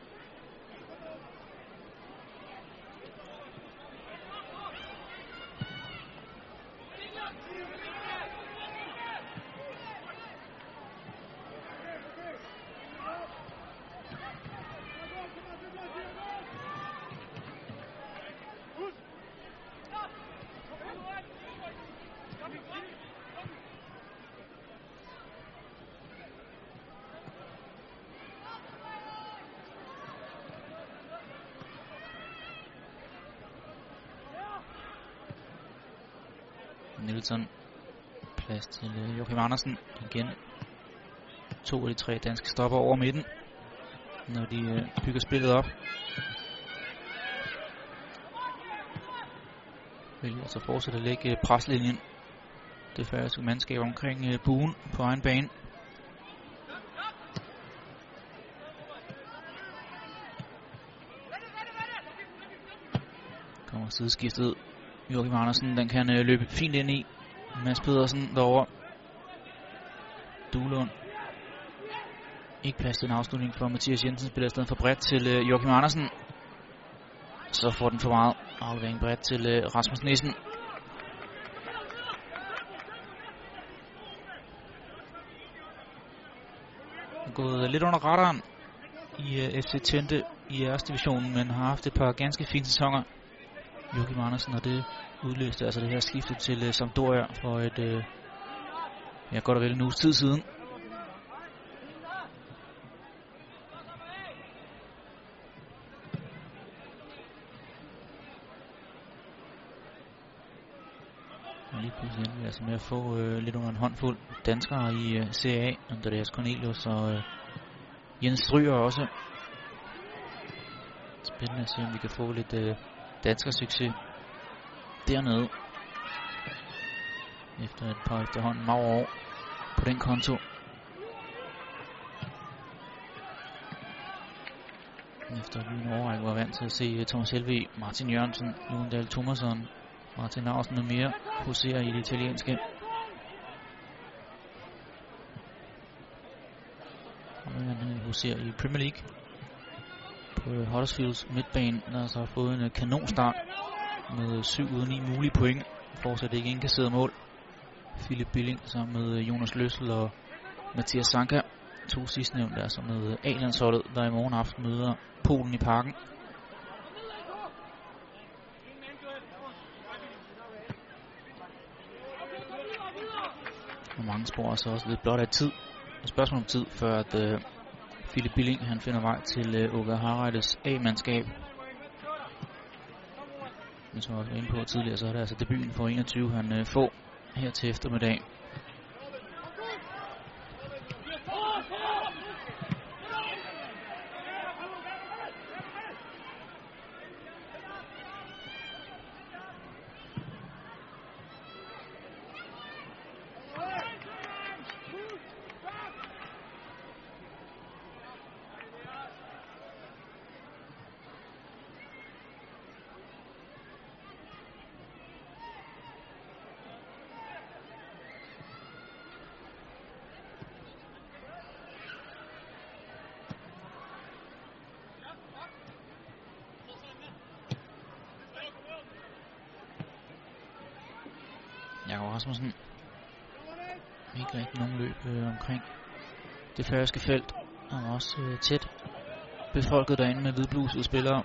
Speaker 1: Nielsen. Plads til uh, Joachim Andersen. Igen to af de tre danske stopper over midten, når de uh, bygger spillet op. Vil altså fortsætte at lægge uh, preslinjen. Det færøske mandskab omkring uh, buen på egen bane. Kommer sideskiftet. Joachim Andersen, den kan øh, løbe fint ind i. Mads Pedersen derovre. Duelund. Ikke plads til en afslutning for Mathias Jensen, spiller i stedet for bredt til øh, Joachim Andersen. Så får den for meget aflevering bredt til øh, Rasmus Nissen. er gået lidt under radaren i uh, F C Twente i æresdivisionen, men har haft et par ganske fine sæsoner. Joachim Andersen, og det udløste altså det her skifte til uh, Sampdoria for et uh, ja, godt og vel en uges tid siden. Og lige pludselig endte vi altså med at få øh, lidt under en håndfuld danskere i øh, Serie A. Andreas Cornelius og øh, Jens Stryger også. Spændende at se, om vi kan få lidt øh, dansker succes dernede. Efter et par efterhånden mange år på den konto. Efter at vi en årrække var vant til at se uh, Thomas Helveg, Martin Jørgensen, Jon Dahl Thomasson, Martin Larsen og mere huserer i det italienske. Og han huserer i Premier League på Huddersfields midtbane, der så har fået en kanonstart med syv ud af ni mulige point. Fortsat ikke indkasseret mål. Philip Billing sammen med Jonas Løssel og Mathias Sanka. To sidstnævnte altså med A-landsholdet, der i morgen aften møder Polen i Parken. Og mange spor så også lidt blot af tid. Et spørgsmål om tid, før at uh, Philip Billing han finder vej til uh, Åke Hareides A-mandskab. Men som jeg også var inde på tidligere, så er det altså debuten for enogtyve, han uh, får her til eftermiddag. Jakob Rasmussen. Ikke rigtig nogen løb øh, omkring det færøske felt. Han var også øh, tæt befolket derinde med hvidblusede spillere.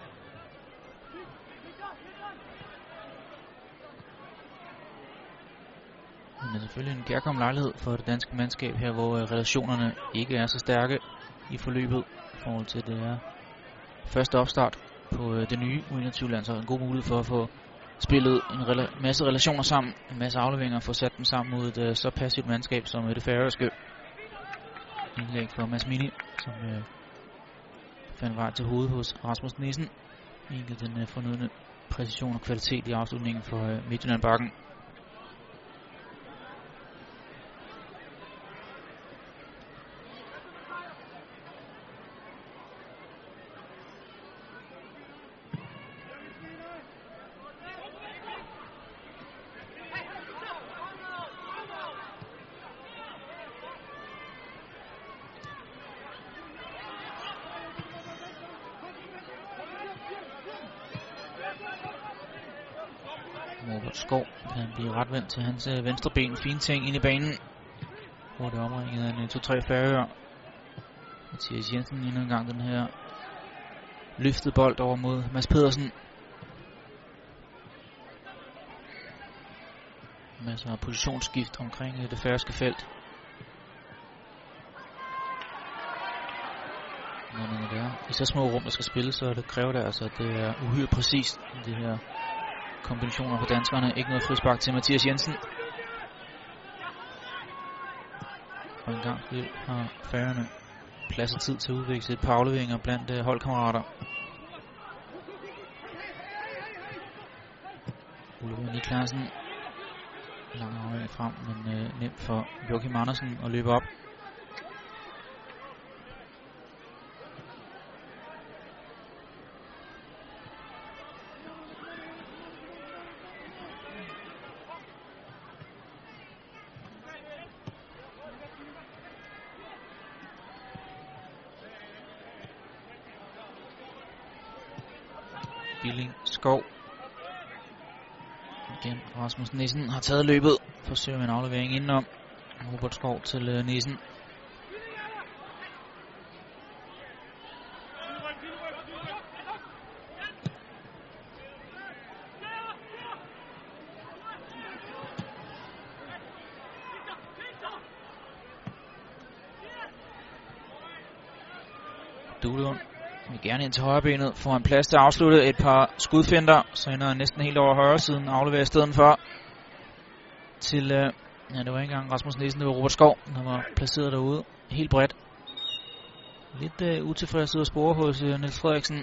Speaker 1: Men det er selvfølgelig en kærkommen lejlighed for det danske mandskab her, hvor øh, relationerne ikke er så stærke i forløbet i forhold til det er første opstart på øh, det nye U enogtyve-land, så en god mulighed for at få spillet en rela- masse relationer sammen, en masse afleveringer, få sat dem sammen mod et uh, så passivt mandskab som uh, det færøske. Indlæg for Mads Mini, som uh, fandt vej til hovedet hos Rasmus Nissen. Ikke den uh, fornødne præcision og kvalitet i afslutningen for uh, Midtjylland-bakken. Robert Skov kan blive retvendt til hans øh, venstre ben. Fine ting ind i banen, hvor det er omringet af en to tre færøer. Mathias Jensen endnu en gang den her løftede bold over mod Mads Pedersen. Masser af positionsskift omkring øh, det færøske felt. Men når det er i så små rum, der skal spille, så det kræver det altså, at det er uhyre præcist det her kombinationer på danskerne. Ikke noget frispark til Mathias Jensen. Og en gang til har færøerne plads og tid til at udvikle et par afleveringer blandt uh, holdkammerater. Oliver Niklasen. Lang aflevering frem, men uh, nemt for Joachim Andersen at løbe op. Billing, Skov. Igen, Rasmus Nissen har taget løbet. Forsøger med en aflevering indenom. Robert Skov til uh, Nissen. Duelund vil gerne ind til højre benet, får en plads til at afslutte et par skudfinder, så ender han næsten helt over højre siden, afleverer i stedet for til, øh, ja, det var ikke engang Rasmus Nielsen, det var Robert Skov, der var placeret derude, helt bredt. Lidt øh, utilfreds ud at spore hos øh, Niels Frederiksen.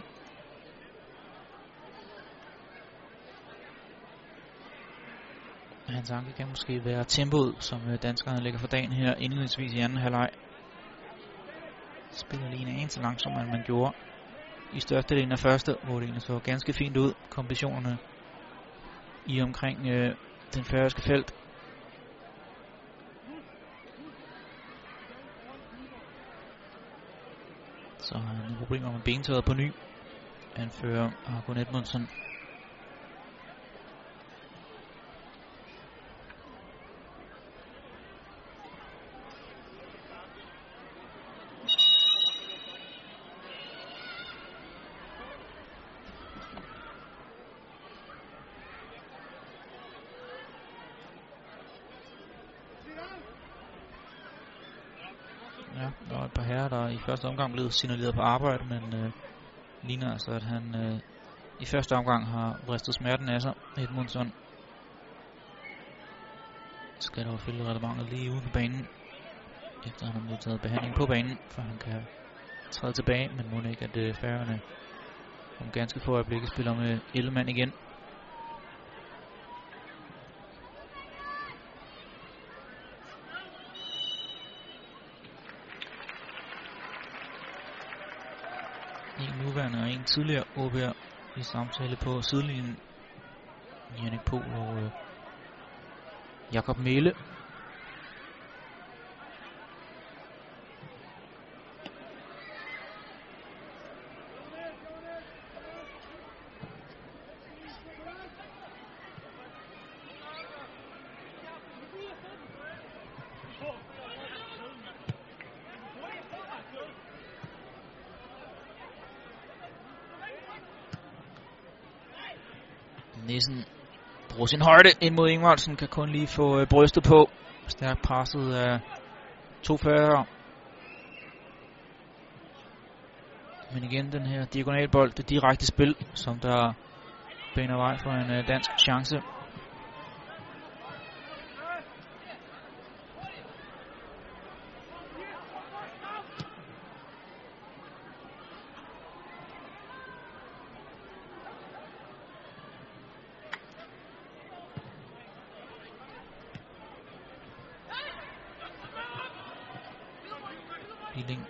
Speaker 1: Hans anke kan måske være tempoet, som øh, danskerne lægger for dagen her indledningsvis i anden halvleg. Spiller lige en anelse langsommere, end man gjorde i størstedelen af første, hvor det egentlig så ganske fint ud. Kombinationerne i omkring øh, den færøske felt. Så har han problemer med bentøjet på ny. Anfører Argon Edmundsen. Ja, der var et par herrer, der i første omgang blev signaleret på arbejde, men øh, ligner altså, at han øh, i første omgang har vristet smerten af sig. Edmundsson skal dog følge reglementet lige ude på banen, efter han har modtaget behandling på banen, for han kan træde tilbage, men må ikke, at øh, Færøerne om ganske få øjeblikke spiller med elleve mand igen. En nuværende og en tidligere O B'er i samtale på sidelinjen. Jannik Pohl og øh, Jakob Mæhle. Nielsen bruger sin højde ind mod Ingvaldsen, kan kun lige få øh, brystet på. Stærkt presset af to færger. Men igen den her diagonalbold, det direkte spil, som der baner vej for en øh, dansk chance. Billing.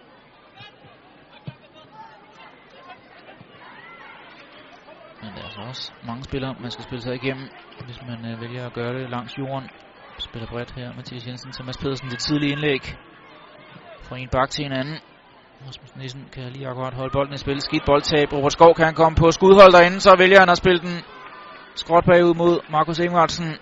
Speaker 1: Men der er så også mange spillere, man skal spille sig igennem, hvis man øh, vælger at gøre det langs jorden. Spiller bredt her, Mathias Jensen til Mads Pedersen, det tidlige indlæg. Fra en bak til en anden. Rasmus Nielsen kan lige akkurat holde bolden i spil. Skidt boldtab. Robert Skov kan komme på skudhold derinde, så vælger han at spille den skråt bagud mod Markus Ingvaldsen.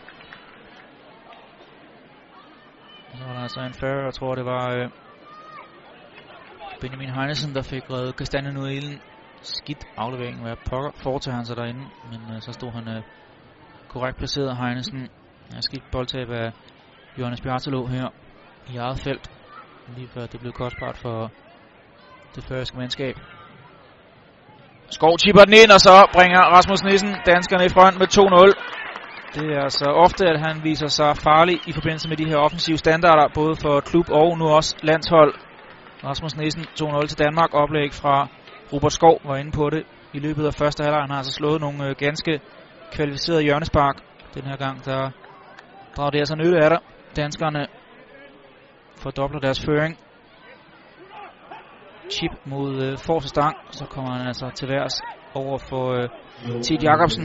Speaker 1: Så var der altså en fyrre, jeg tror det var øh, Benjamin Heinesen, der fik reddet kastanjen ud af ilden. Skidt aflevering, hvad pokker foretager han sig derinde, men øh, så stod han øh, korrekt placeret. Heinesen. Ja, skidt boldtab af Johannes Bjartelo her i eget felt, lige før det blev kostbart for det færøske mandskab. Skov chipper den ind, og så bringer Rasmus Nielsen danskerne i front med to nul. Det er altså ofte, at han viser sig farlig i forbindelse med de her offensive standarder, både for klub og nu også landshold. Rasmus Nielsen to nul til Danmark. Oplæg fra Robert Skov var inde på det i løbet af første halvleg. Han har altså slået nogle øh, ganske kvalificerede hjørnespark. Den her gang, der drager det altså nytte af der. Danskerne fordobler deres føring. Chip mod øh, forreste stang. Så kommer han altså til værs over for øh, Tid Jacobsen.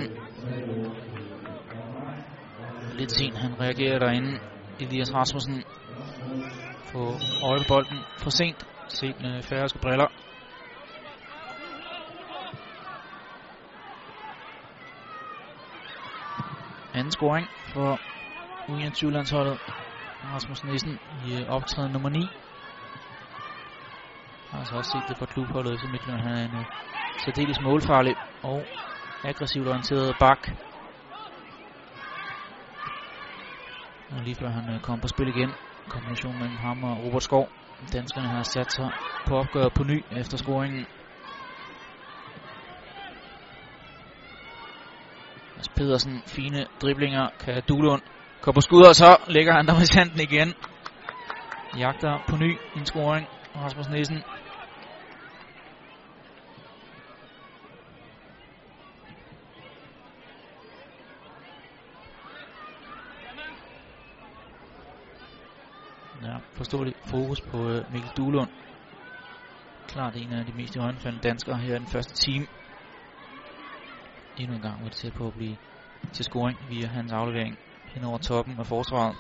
Speaker 1: Lidt sent han reagerer derinde. Elias Rasmussen på øje på bolden for sent. Set med færøske briller. Anden scoring for U enogtyve-landsholdet. Rasmus Nielsen i øh, optræden nummer ni. Jeg har altså også set det for klubholdet i Midtjylland. Han er en øh, særdeles målfarlig og aggressivt orienteret bak. Og lige før han øh, kom på spil igen. Kombination mellem ham og Robert Skov. Danskerne har sat sig på opgøret på ny efter scoringen. Mads Pedersen, fine driblinger, kan Duelund komme på skud, og så lægger han der med sanden igen. Jagter på ny en scoring. Rasmus Nissen. Ja, forståelig fokus på uh, Mikkel Duelund. Klart en af de mest iøjnefaldende danskere her i den første time. Endnu en gang var det tæt på at blive til scoring via hans aflevering hen over toppen af forsvaret.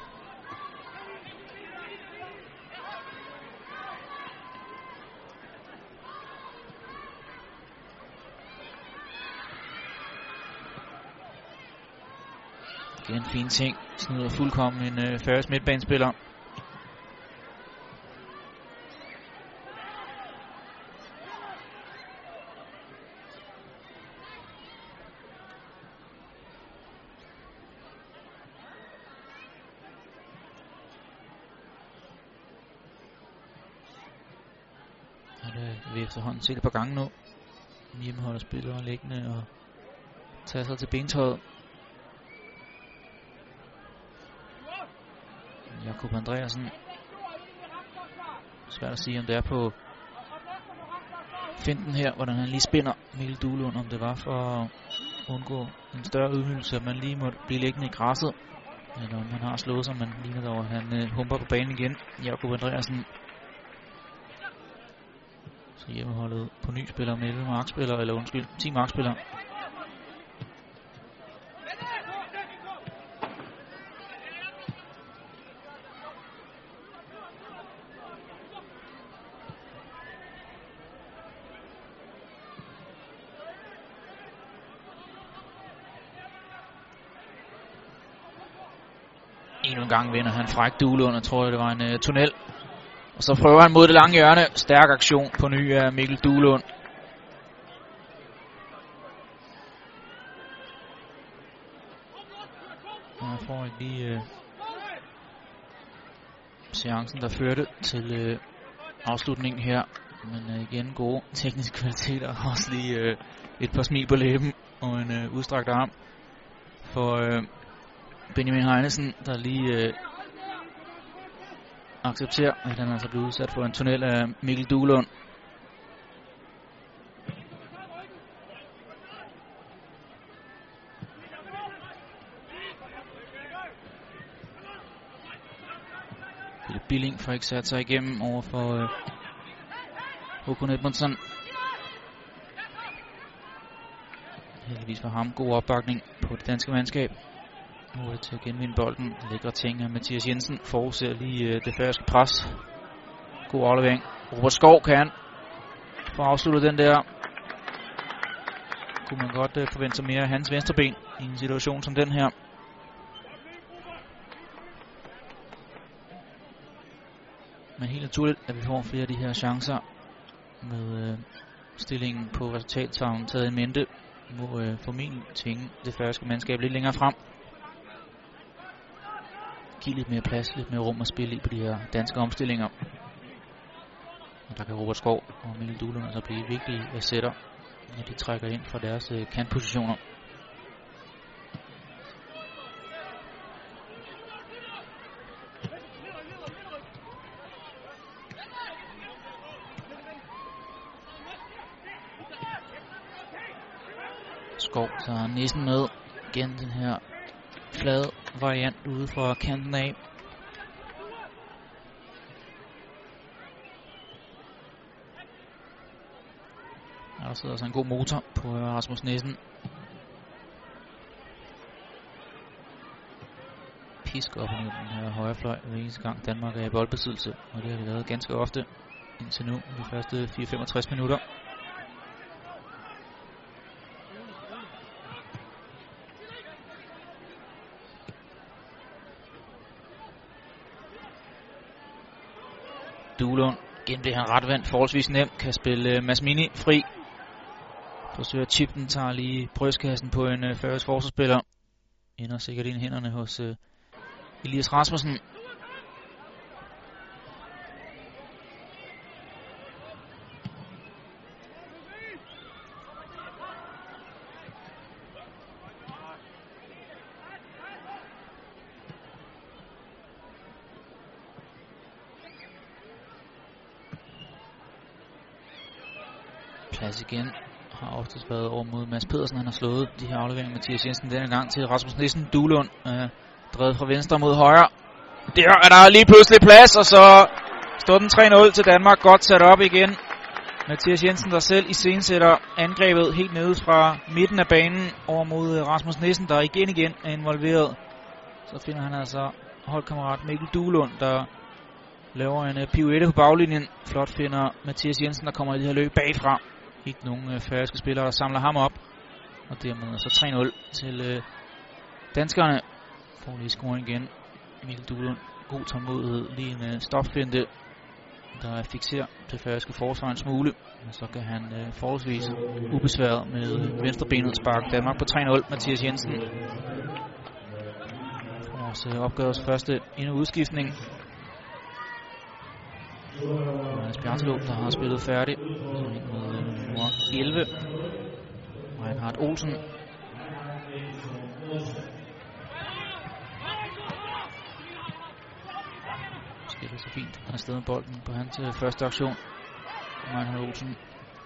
Speaker 1: Det er en fin ting. Snyder fuldkommen en øh, færøsk midtbanespiller. Vi har efterhånden set et par gange nu. Hjemmeholder spillere liggende og tager sig til bentøjet. Jakob Andreasen. Svært at sige, om det er på finten her, hvordan han lige spinder Mikkel Duelund, om det var for at undgå en større ydmygelse, at man lige måtte blive liggende i græsset, eller om han har slået sig, man ligner dog, at han øh, humper på banen igen. Jakob Andreasen. Så hjemmeholdet på ny spiller med elleve markspillere, eller undskyld, ti markspillere. Endnu en gang vinder han fræk Duelund, og tror jeg det var en uh, tunnel. Og så prøver han mod det lange hjørne. Stærk aktion på ny af Mikkel Duelund. Og jeg får ikke lige uh, seancen, der førte til uh, afslutningen her. Men uh, igen gode tekniske kvaliteter. Også lige uh, et par smil på læben og en uh, udstrakt arm for uh, Benjamin Heinesen, der lige uh, accepterer, at han altså blev udsat for en tunnel af Mikkel Duelund. Philip Billing får ikke sat sig igennem over for uh, Håkon Edmundsson. Heldigvis for ham god opbakning på det danske mandskab. Nu er det til at genvinde bolden. Lækre ting af Mathias Jensen. Forudser lige uh, det færøske pres. God aflevering. Robert Skov kan få afsluttet den der. Kunne man godt uh, forvente sig mere af hans venstreben i en situation som den her. Men helt naturligt, at vi får flere af de her chancer med uh, stillingen på resultattavlen taget i mente. Må uh, formentlig tvinge det færøske mandskab lidt længere frem. Give lidt mere plads, lidt mere rum at spille i på de her danske omstillinger. Og der kan Robert Skov og Mikkel Duelund altså blive vigtige assætter, når de trækker ind fra deres uh, kantpositioner. Skov tager Nissen med. Igen den her flade variant ude fra kanten af. Ja, der sidder altså en god motor på Rasmus Nissen. Pisk op i den her højre fløj hver eneste gang Danmark er i boldbesiddelse, og det har vi været ganske ofte indtil nu i de første fire til femogtres minutter. Duelund, igen bliver han retvendt forholdsvis nemt, kan spille uh, Masmini fri. Forsøger chippen, tager lige brystkassen på en uh, færøsk forsvarsspiller. Ender sikkert ind i hænderne hos uh, Elias Rasmussen. plads igen. Har oftest været over mod Mads Pedersen. Han har slået de her afleveringer. Mathias Jensen denne gang til Rasmus Nissen. Duelund øh, drevet fra venstre mod højre. Der er der lige pludselig plads, og så står den tre nul til Danmark. Godt sat op igen. Mathias Jensen, der selv iscenesætter angrebet helt nede fra midten af banen over mod Rasmus Nissen, der igen igen er involveret. Så finder han altså holdkammerat Mikkel Duelund, der laver en uh, pirouette på baglinjen. Flot finder Mathias Jensen, der kommer i det her løb bagfra. Ikke nogen uh, færøske spillere, der samler ham op. Og dermed så tre nul til uh, danskerne. Får lige scoring igen. Mikkel Duelund, god tålmodighed. Lige en uh, stopfinte, der fikserer det færøske forsvar en smule. Og så kan han uh, forholdsvis ubesværet med venstrebenet sparke Danmark på tre nul. Mathias Jensen. Vores uh, opgøres første ind- og udskiftning. Jonas Bjartelå, der har spillet færdig. Så ind med uh, nummer elleve. Reinhard Olsen. Skiller så fint afsted med bolden på hans uh, første aktion. Reinhard Olsen.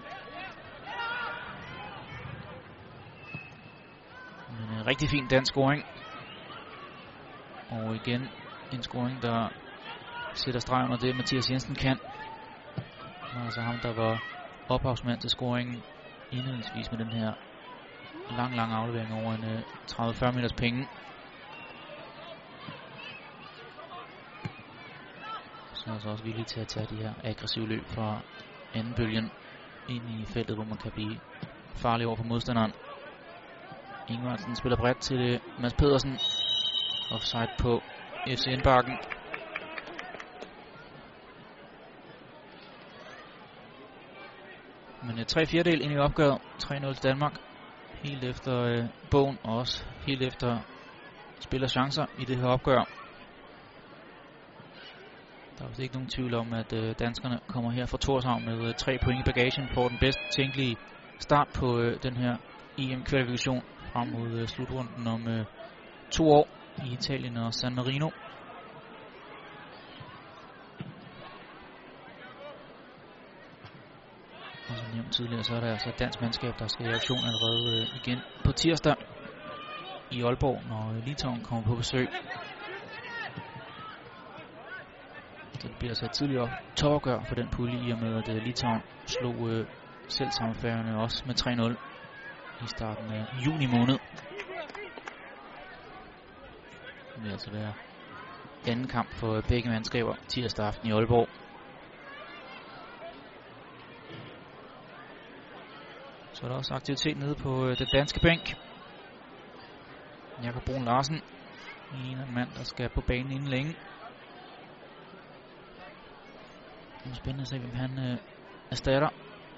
Speaker 1: En uh, rigtig fin dansk scoring. Og igen en scoring, der sætter streg under det, Mathias Jensen kan. Og altså ham, der var ophavsmand til scoringen indledningsvis med den her lang, lang aflevering over en uh, tredive til fyrre meters penge. Så er altså også villig til at tage de her aggressive løb fra anden bølgen ind i feltet, hvor man kan blive farlig over for modstanderen. Ingvartsen spiller bredt til Mads Pedersen. Offside på F C N-bakken. Men tre fjerdedel ind i opgøret. tre nul til Danmark. Helt efter øh, bogen og også helt efter spillerchancer i det her opgør. Der er vist ikke nogen tvivl om, at øh, danskerne kommer her fra Tórshavn med øh, tre point i bagagen for den bedst tænkelige start på øh, den her E M-kvalifikation frem mod øh, slutrunden om øh, to år i Italien og San Marino. Og som nævnt tidligere, så er der altså et dansk mandskab, der skal i aktion allerede øh, igen på tirsdag i Aalborg, når øh, Litauen kommer på besøg. Så det bliver altså et tidligere topopgør for den pulje, i og med at øh, Litauen slog øh, selv samme Færøerne også med tre nul i starten af juni måned. Det vil altså være anden kamp for begge mandskaber tirsdag aften i Aalborg. Så er der også aktivitet nede på øh, den danske bænk. Jakob Brun Larsen, en mand, der skal på banen inden længe. Det er spændende at se, hvem han øh, erstatter.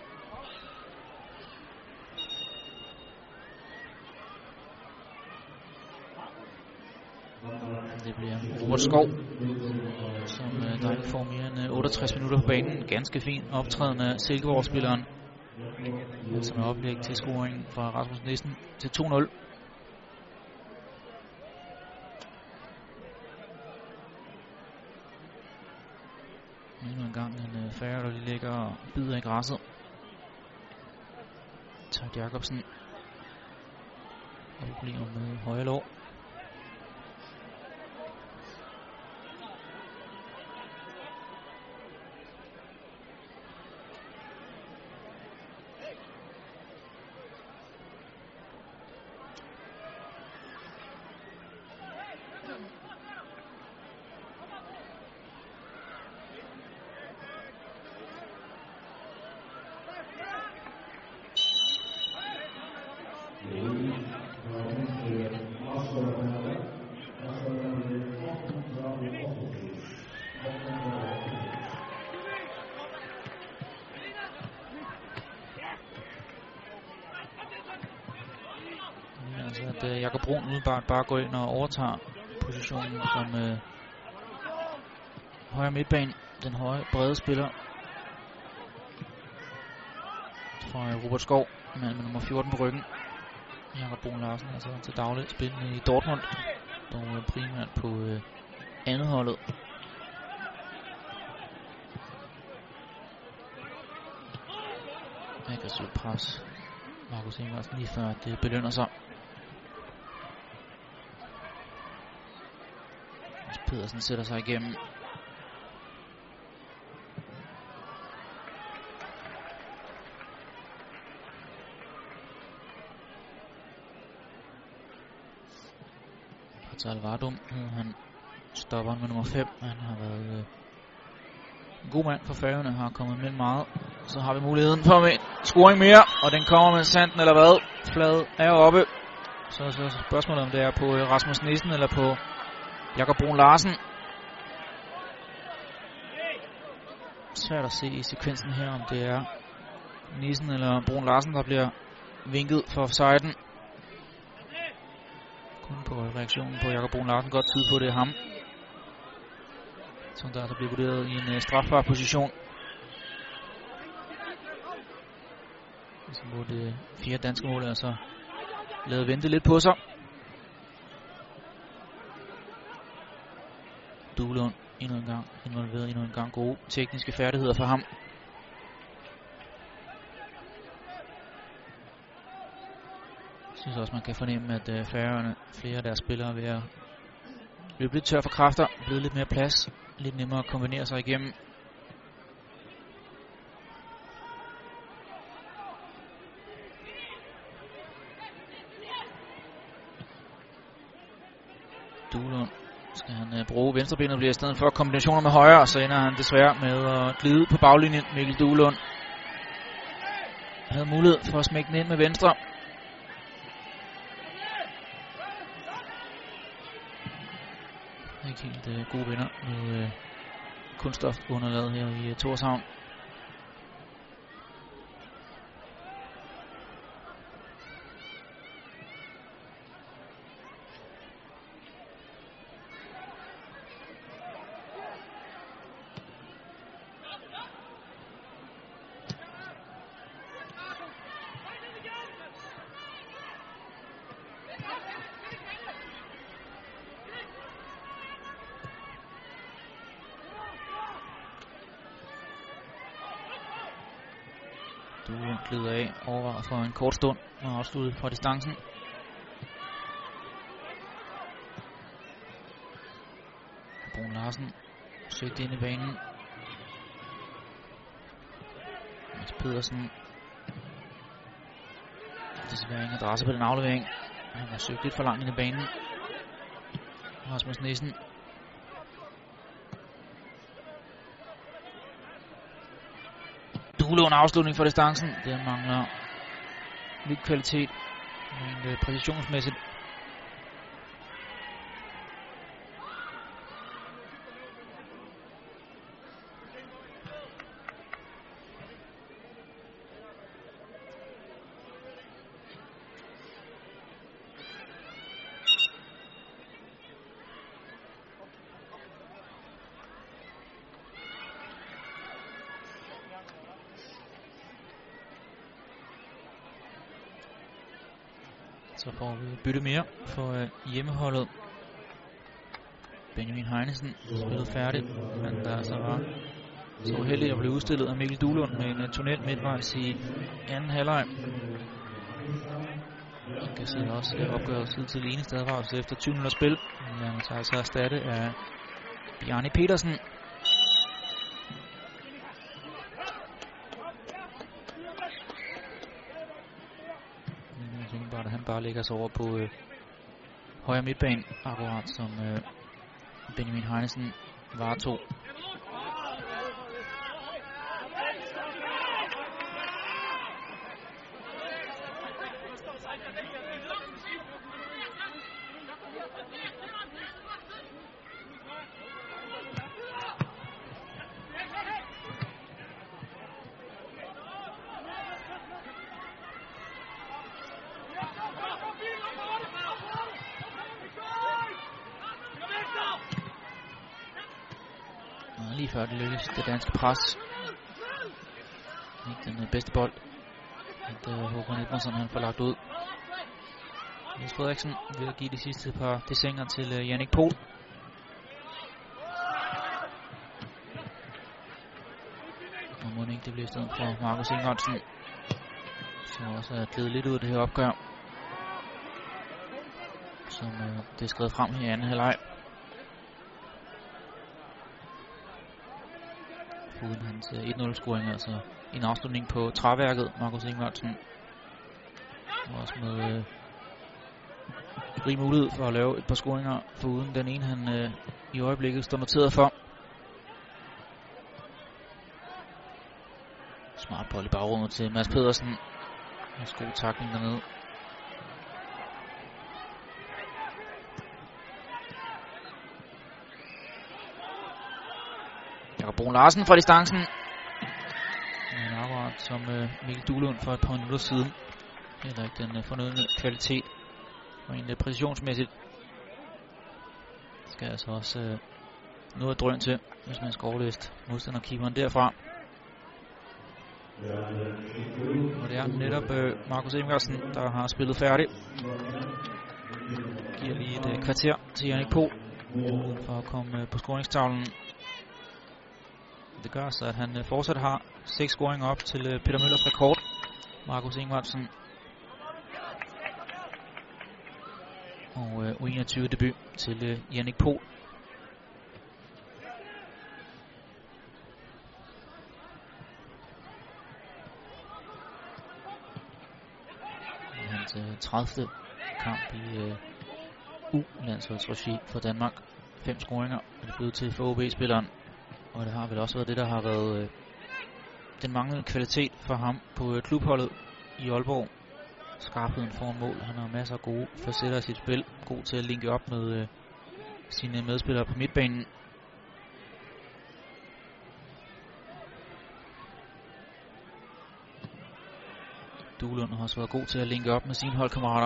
Speaker 1: Det bliver Robert Skov, som øh, der ikke får mere end øh, otteogtres minutter på banen. Ganske fin optræden af Silkeborg-spilleren, som er oplæg til scoringen fra Rasmus Nissen til to nul. Endnu en gang en øh, færre, der lige ligger og bider i græsset. Tak Jacobsen. Og problemer med højre lår. At uh, Jakob Brun udebart bare går ind og overtager positionen som uh, højre midtbane, den høje brede spiller fra uh, Robert Skov, med nummer fjorten på ryggen. Jakob Brun Larsen altså til daglig spillende i Dortmund, dog uh, primært på uh, andet holdet. Aggressivt pres. Markus Ingvartsen lige før det belønner sig. Pedersen sætter sig igennem. Patal Vardum, han stopper med nummer fem. Han har været øh, en god mand for Færøerne, har kommet med meget. Så har vi muligheden for en scoring mere, og den kommer med Sanden eller hvad. Fladet er oppe. Så er så spørgsmålet, om det er på øh, Rasmus Nissen eller på Jakob Brun Larsen. Svært at se i sekvensen her, om det er Nissen eller Brun Larsen, der bliver vinket for offsiden. Kun på reaktionen på Jakob Brun Larsen godt tyde på, det er ham, som der altså bliver vurderet i en uh, strafbar position. Så må det fire danske mål altså lade vente lidt på sig. Duelund endnu en gang involveret, endnu en gang gode tekniske færdigheder for ham. Jeg synes også, man kan fornemme, at uh, Færøerne, flere af deres spillere er ved at løbe lidt tør for kræfter, blevet lidt mere plads, lidt nemmere at kombinere sig igennem. Duelund skal han uh, bruge venstrebenet, bliver i stedet for kombinationer med højre, og så ender han desværre med at glide på baglinjen. Mikkel Duelund havde mulighed for at smække den ind med venstre. Ikke helt uh, gode venner med uh, kunststofunderlaget her i uh, Tórshavn. Duelund glider af, overvejet for en kort stund og afsluttet fra distancen. Brun Larsen søgt ind i banen. Mads Pedersen. Desværre ingen adresse på den aflevering. Han har søgt lidt for langt ind i banen. Rasmus Nissen. Duelund afslutning for distancen. Den mangler lidt kvalitet, men præcisionsmæssigt. Så får vi bytte mere for uh, hjemmeholdet. Benjamin Heinesen spillet færdigt, men der altså var så uheldig at blive udstillet af Mikkel Duelund med en uh, tunnel midtvejs i anden halvleg. Man kan se også uh, opgøret tid til eneste advarsel efter tyve minutter spil. Men han tager altså erstatte af Bjarne Petersen. Han bare lægger sig over på øh, højre midtbane, akkurat som øh, Benjamin Heinesen varetog. Lige før det lykkes, det danske pres. Ikke den bedste bold. Det uh, håber Edmondson han får lagt ud. Niels Frederiksen vil at give de sidste par desinger til uh, Jannik Pohl. Og må ikke det bliver i stedet for Markus Ingvartsen. som også er glædet lidt ud af det her opgør, som øh, det er skrevet frem her i anden halvleg. Uden hans øh, et nul-scoring, altså en afslutning på træværket, Marcus Ingvartsen. Og også med øh, rig mulighed for at lave et par scoringer, foruden den ene, han øh, i øjeblikket står noteret for. Smart bold i bagrummet til Mads Pedersen. Hans god tackling dernede. Jakob Brun Larsen fra distancen. Men akkurat som øh, Mikkel Duelund for et par minutter siden. Heller ikke den øh, fornødne kvalitet. Og egentlig præcisionsmæssigt skal altså også øh, noget at drøn til, hvis man skal overlæst modstanderkeeperen derfra. Og det er netop øh, Marcus Ingvartsen, der har spillet færdig. Giver lige et øh, kvarter til Jannik Pohl for at komme øh, på scoringstavlen. Det gør så, at han øh, fortsat har seks scoringer op til øh, Peter Møllers rekord. Marcus Ingvartsen. Og øh, U enogtyve debut til øh, Jannik Pohl. Hans øh, tredivte kamp i øh, U-landsholdsregi for Danmark. Fem scoringer er det blevet til for O B-spilleren. Og det har vel også været det, der har været øh, den manglende kvalitet for ham på øh, klubholdet i Aalborg. Skarpheden foran mål. Han har masser af gode facetter i sit spil. God til at linke op med øh, sine medspillere på midtbanen. Duelund har også været god til at linke op med sine holdkammerater.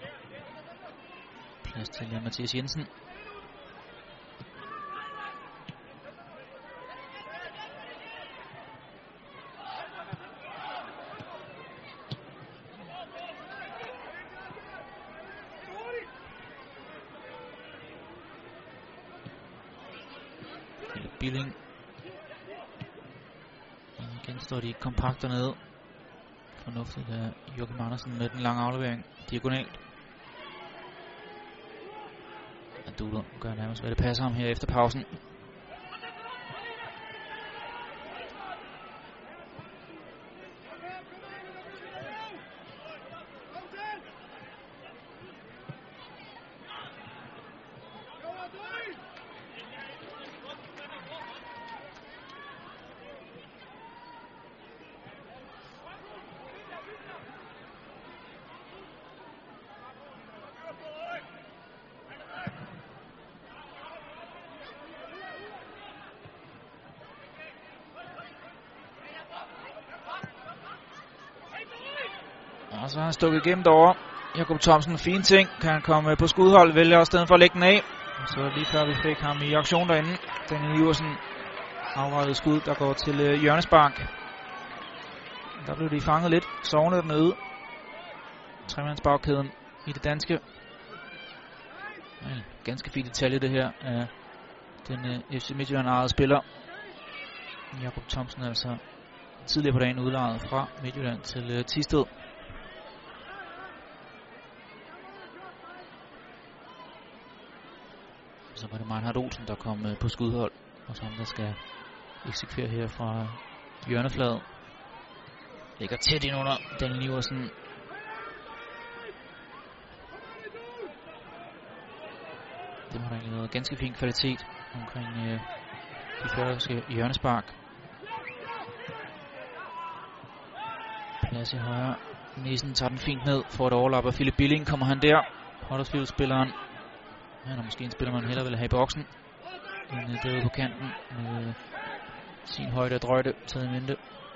Speaker 1: Plads til uh, Mathias Jensen. Billing. Igen står de kompakt dernede. Fornuftigt af Joachim Andersen med den lange aflevering diagonalt. Og Duelund gør nærmest, hvad det passer ham her efter pausen. Og så har han stukket igennem derovre. Jakob Thomsen, fine ting. Kan han komme på skudhold, vælger også stedet for at lægge den af. Og så lige før vi fik ham i aktion derinde. Daniel Iversen afrettet skud, der går til øh, hjørnespark. Der blev de fanget lidt. Sovende dernede. Tremandsbagkæden i det danske. En ganske fin detalje det her af den øh, F C Midtjylland ejede spiller. Jakob Thomsen altså tidligere på dagen udlejet fra Midtjylland til øh, Thisted. Så var det Meinhard Olsen, der kom øh, på skudhold, og så ham, der skal eksekvere her fra hjørnefladet. Ligger tæt ind under Daniel Iversen. Det har egentlig noget ganske fin kvalitet omkring øh, de første hjørnespark. Plads i højre. Nissen tager den fint ned, får et overlap af Philip Billing. Kommer han der? Huddersfield-spilleren. Han er måske en spiller, man hellere vil have i boksen. Men øh, derude på kanten med øh, sin højde og drøjde taget i mente.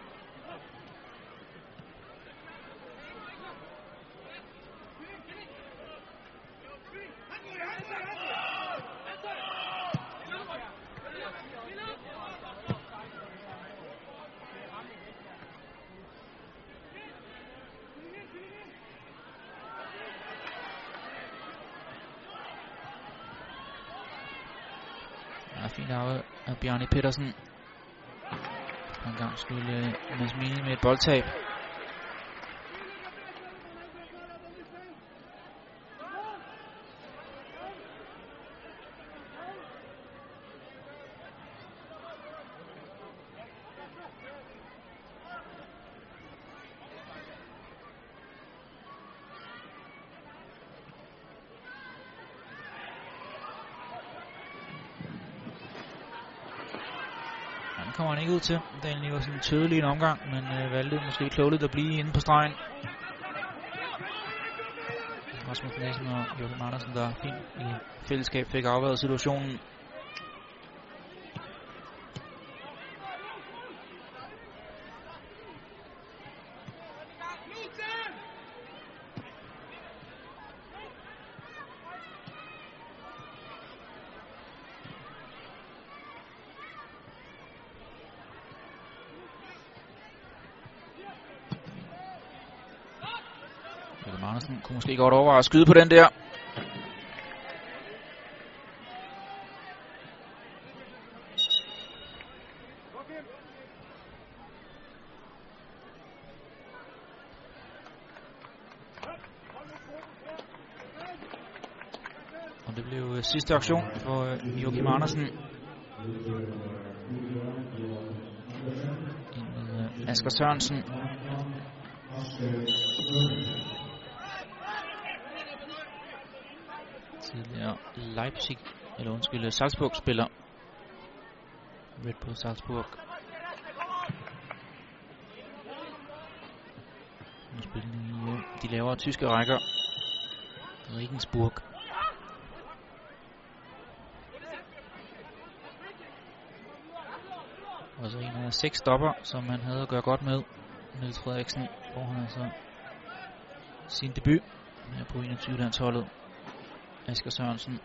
Speaker 1: Fint af af Bjarne Petersen. For en gang skulle uh, Mads Mini med et boldtab. kommer han ikke ud til. Daniel Iversen tødelig en omgang, men øh, valgte måske klogt at blive inde på stregen. Rasmus Nielsen og Joachim Andersen, der fint i fællesskab fik afværet situationen. Joachim Andersen kunne måske godt overveje at skyde på den der. Og det blev sidste aktion for Joachim Andersen. Ind med Asger Sørensen. Tidligere Leipzig, eller undskyld, Salzburg-spiller. Red Bull Salzburg. Nu spiller de, de lavere tyske rækker. Regensburg. Og så en af seks stopper, som man havde at gøre godt med. Niels Frederiksen får han altså sin debut her på enogtyve-landsholdet. Asger Sørensen.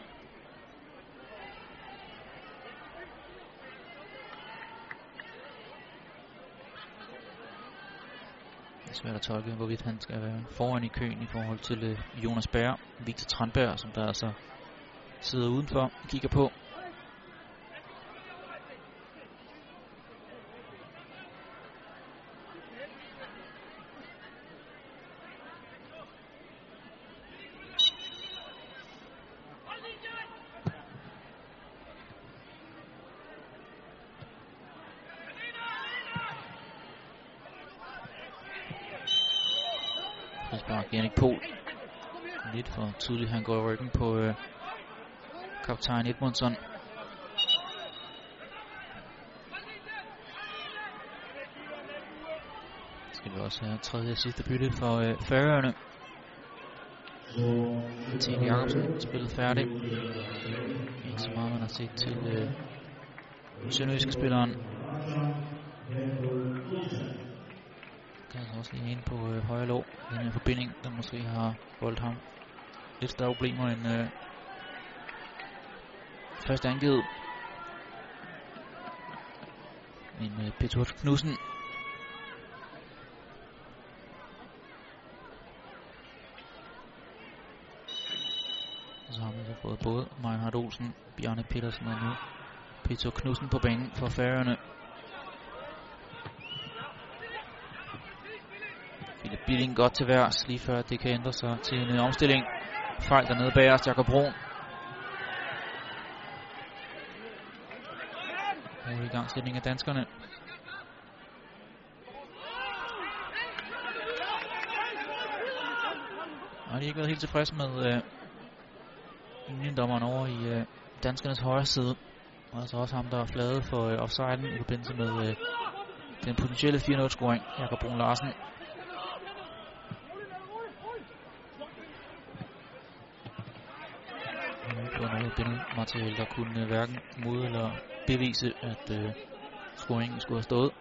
Speaker 1: Det er svært at tolke, hvorvidt han skal være foran i køen i forhold til Jonas Bjerre, Victor Tranberg, som der altså sidder udenfor og kigger på. Jannik Pohl. Lidt for tydeligt, han går i ryggen på øh, kaptajn Edmundsson. Skal vi også have tredje og sidste bytte for øh, Færøerne. Tine Jacobsen spillet færdig. Ikke så meget man har set til øh, sønderjyske spilleren. Der er også lige en på øh, højre lår. Den her forbinding, der måske har voldt ham lidt større problemer end øh, først angivet. Men øh, Peter Knudsen. Så har vi så fået både Meinhard Olsen, Bjarne Petersen og nu Peter Knudsen på banen for Færøerne. Philip Billing godt til værs, lige før det kan ændre sig til en omstilling. Fejl dernede bag os, Jakob Brun. Og i gangsætning af danskerne. Og de har ikke været helt tilfredse med øh, linjedommeren over i øh, danskernes højre side. Og altså også ham, der er flade for øh, offsiden i forbindelse med øh, den potentielle fire nul scoring, Jakob Brun Larsen. Det var noget billedmateriale, der kunne hverken mod eller bevise, at øh, scoringen skulle have stået.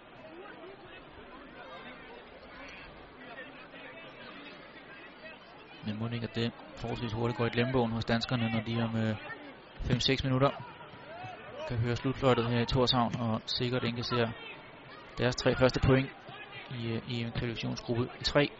Speaker 1: Men må ikke, at det forholdsvis hurtigt går i glemmebogen hos danskerne, når de om fem seks minutter kan høre slutfløjtet her i Tórshavn og sikkert indkasserer deres tre første point i, øh, i en kvalifikationsgruppe i tre.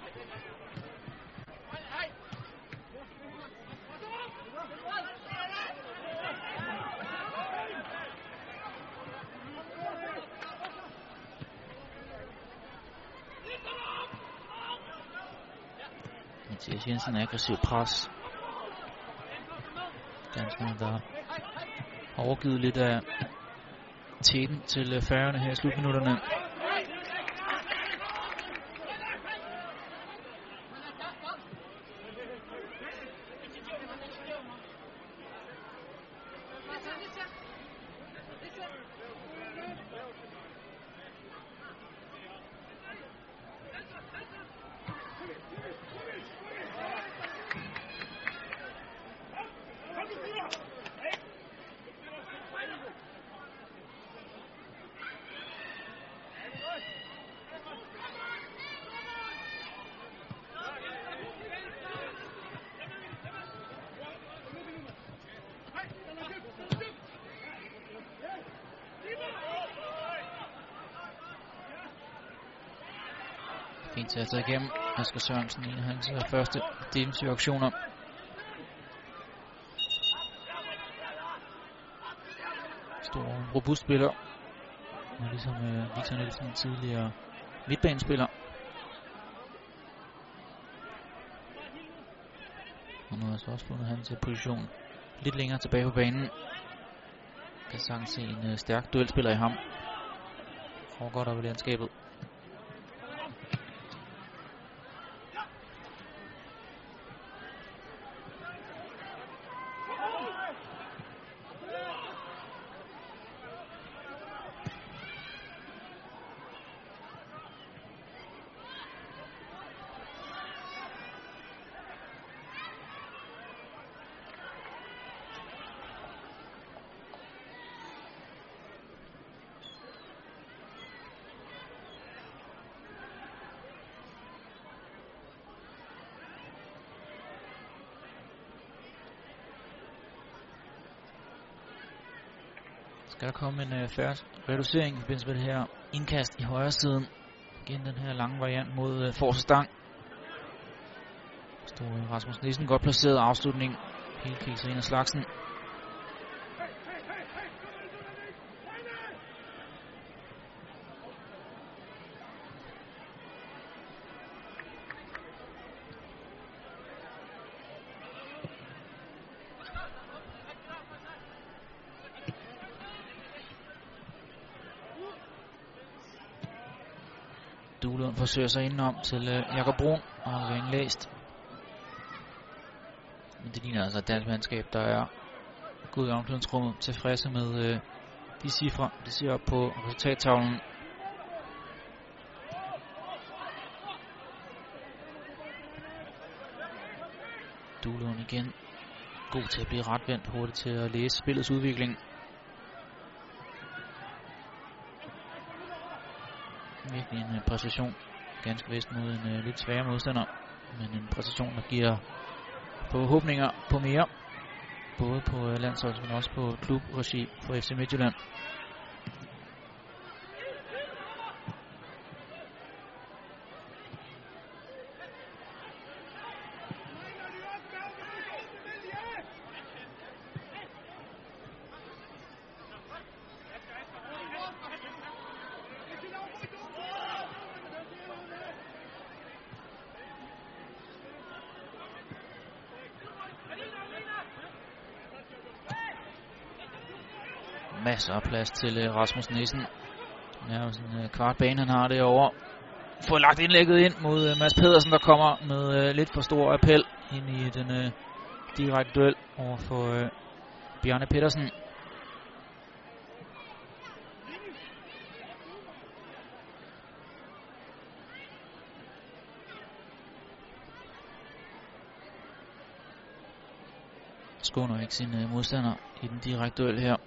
Speaker 1: Mathias Jensen er aggressiv pres. Danskerne, der har overgivet lidt af teten til Færøerne her i slutminutterne. En til at tage igennem. Asger Sørensen, en af hans første defensive aktioner. Stor, robust spiller. Og ligesom øh, Victor Nielsen, tidligere midtbanespiller. Og nu har jeg så også fundet hans position lidt længere tilbage på banen. Kan sagtens se en øh, stærk duelspiller i ham. Og godt op i landskabet. Skal der komme en uh, færre reducering i forbindelse med det her indkast i højre siden. Igen den her lange variant mod uh, forreste stang. Står uh, Rasmus Nielsen godt placeret afslutning. Helt kigger ind af slagsen. Duelund forsøger sig indenom til uh, Jakob Brun og har været indlæst. Men det ligner altså et dansk mandskab, der er gået i omklædningsrummet tilfredse med uh, de cifre, de ser op på resultattavlen. Duelund igen. God til at blive retvendt, hurtigt til at læse spillets udvikling. Virkelig en uh, præcision, ganske vist mod en uh, lidt sværere modstander, men en præcision, der giver forhåbninger på mere, både på uh, landsholds, men også på klubregi for F C Midtjylland. Masser af plads til uh, Rasmus Nielsen. Det er jo sådan en uh, kvart bane, han har derovre. Får lagt indlægget ind mod uh, Mads Pedersen, der kommer med uh, lidt for stor appel ind i den uh, direkte duel over for uh, Bjarne Pedersen. Skåner ikke sin uh, modstander i den direkte duel her.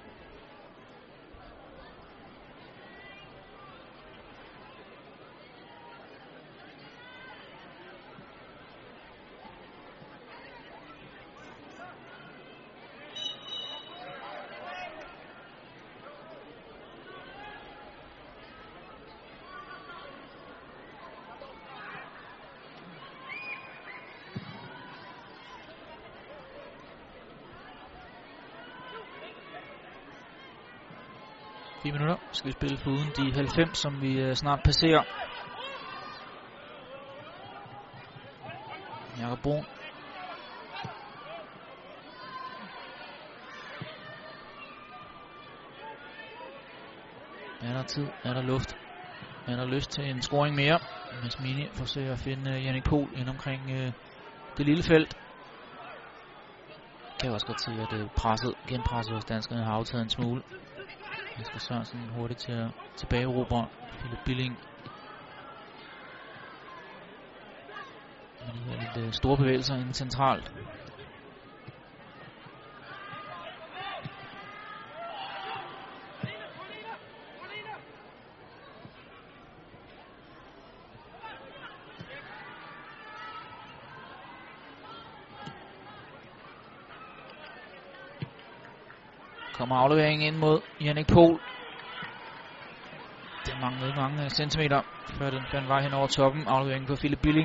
Speaker 1: fire minutter skal vi spille for uden de halvfems, som vi uh, snart passerer. Jakob Brun. Er der tid? Er der luft? Er der lyst til en scoring mere? Mads Mini forsøger at finde uh, Jannik Pohl ind omkring uh, det lille felt. Kan også godt se, at uh, presset, genpresset hos danskerne har aftaget en smule. Asger Sørensen hurtigt til at tilbageerobre Philip Billing. Med de her lidt store bevægelser inden centralt. Kommer afleveringen ind mod Jannik Pohl. Den manglede ikke mange centimeter, før den fandt vej hen over toppen. Afleveringen på Philip Billing.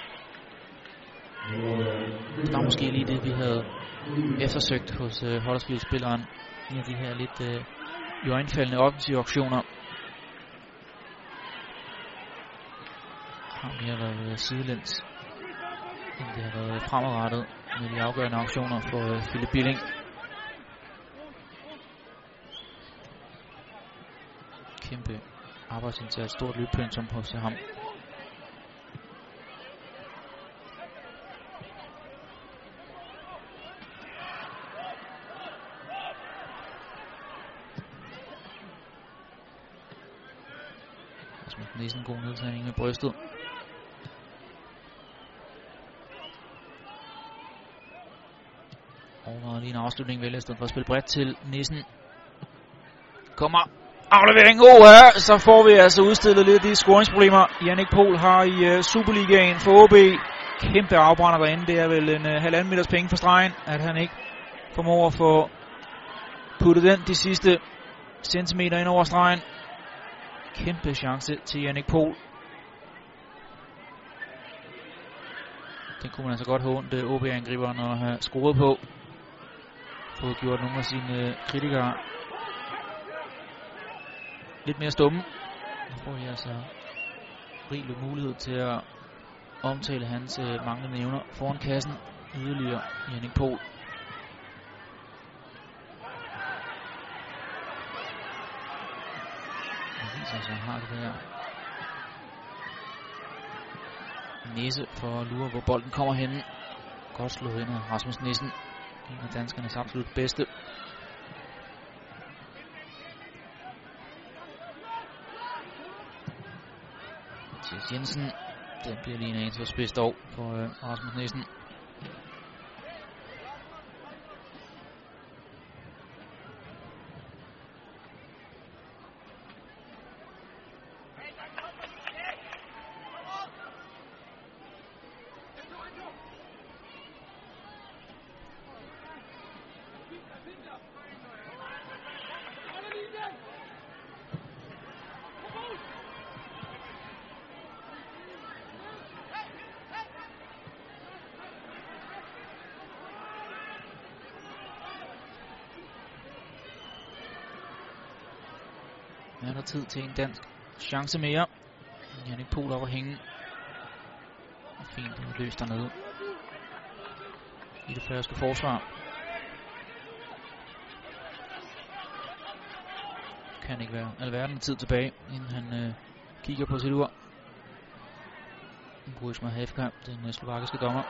Speaker 1: Det var måske lige det, vi havde eftersøgt hos uh, Huddersfield-spilleren. En af de her lidt uh, iøjnefaldende offensive aktioner. Har mere været sidelæns, end det har været fremadrettet med de afgørende aktioner for uh, Philip Billing. Kæmpe arbejdsindsats, stort løbpensum hos ham. Nissen god nedtagning med brystet. Overvejer lige en afslutning, vælger i stedet for at spille bredt til Nissen. Kommer aflevering. Oh, ja. Så får vi altså udstillet lidt af de scoringsproblemer, Jannik Pohl har i uh, Superligaen for O B. Kæmpe afbrænder derinde. Det er vel en uh, halvanden meters penge for stregen, at han ikke formår at få puttet den de sidste centimeter ind over stregen. Kæmpe chance til Jannik Pohl. Den kunne man altså godt have ondt O B-angriberen at have scoret på. Fået gjort nogle af sine kritikere lidt mere stumme. Nu får I altså rigelig mulighed til at omtale hans manglende evner foran kassen yderligere. Jannik Pohl. Så han har det der næse for at lure, hvor bolden kommer henne. Godt slået ind af Rasmus Nissen. En af danskernes absolut bedste. Mathias Jensen. Den bliver lige en anelse for spidst over for uh, Rasmus Nissen. Er der tid til en dansk chance mere? Jannik Pohl op at hænge. Fint løst dernede i det færøske forsvar. Kan ikke være alverden tid tilbage, inden han øh, kigger på sit ur. Burisma Havka, den øh, slovakiske dommer.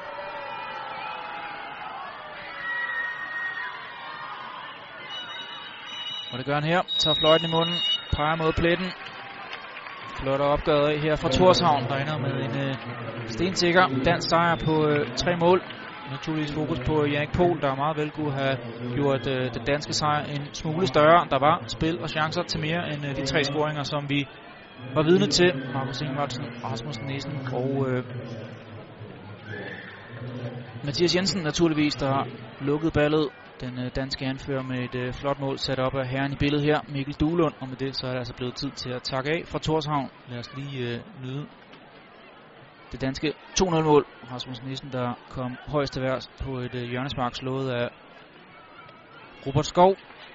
Speaker 1: Og det gør han her. Tager fløjten i munden. Peger mod pletten. Flot opgøret af her fra Tórshavn, der ender med en øh, stensikker dansk sejr på øh, tre mål. Naturligvis fokus på Jannik Pohl, der meget vel kunne have gjort øh, den danske sejr en smule større. Der var spil og chancer til mere end øh, de tre scoringer, som vi var vidne til. Markus Ingvartsen, Rasmus Nissen og øh, Mathias Jensen naturligvis, der har lukket ballet. Den øh, danske anfører med et øh, flot mål sat op af herren i billedet her, Mikkel Duelund. Og med det så er det altså blevet tid til at takke af fra Tórshavn. Lad os lige øh, nyde det danske to nul mål. Rasmus Nissen, der kom højst til værs på et øh, hjørnespark slået af Robert Skov.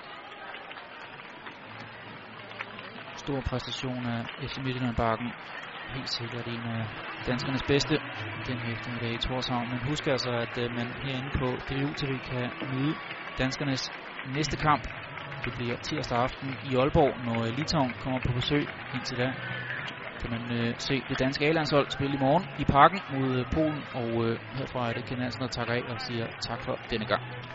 Speaker 1: Stor præstation af F C Midtjylland-bakken. Helt sikkert en af danskernes bedste den eftermiddag i Tórshavn. Men husk altså, at øh, man herinde på D U T V kan nyde danskernes næste kamp. Det bliver tirsdag aften i Aalborg, når øh, Litauen kommer på besøg. Indtil da kan man øh, se det danske A-landshold spille i morgen i Parken mod øh, Polen. Og øh, herfra er det Ken Hansen, der takker af og siger tak for denne gang.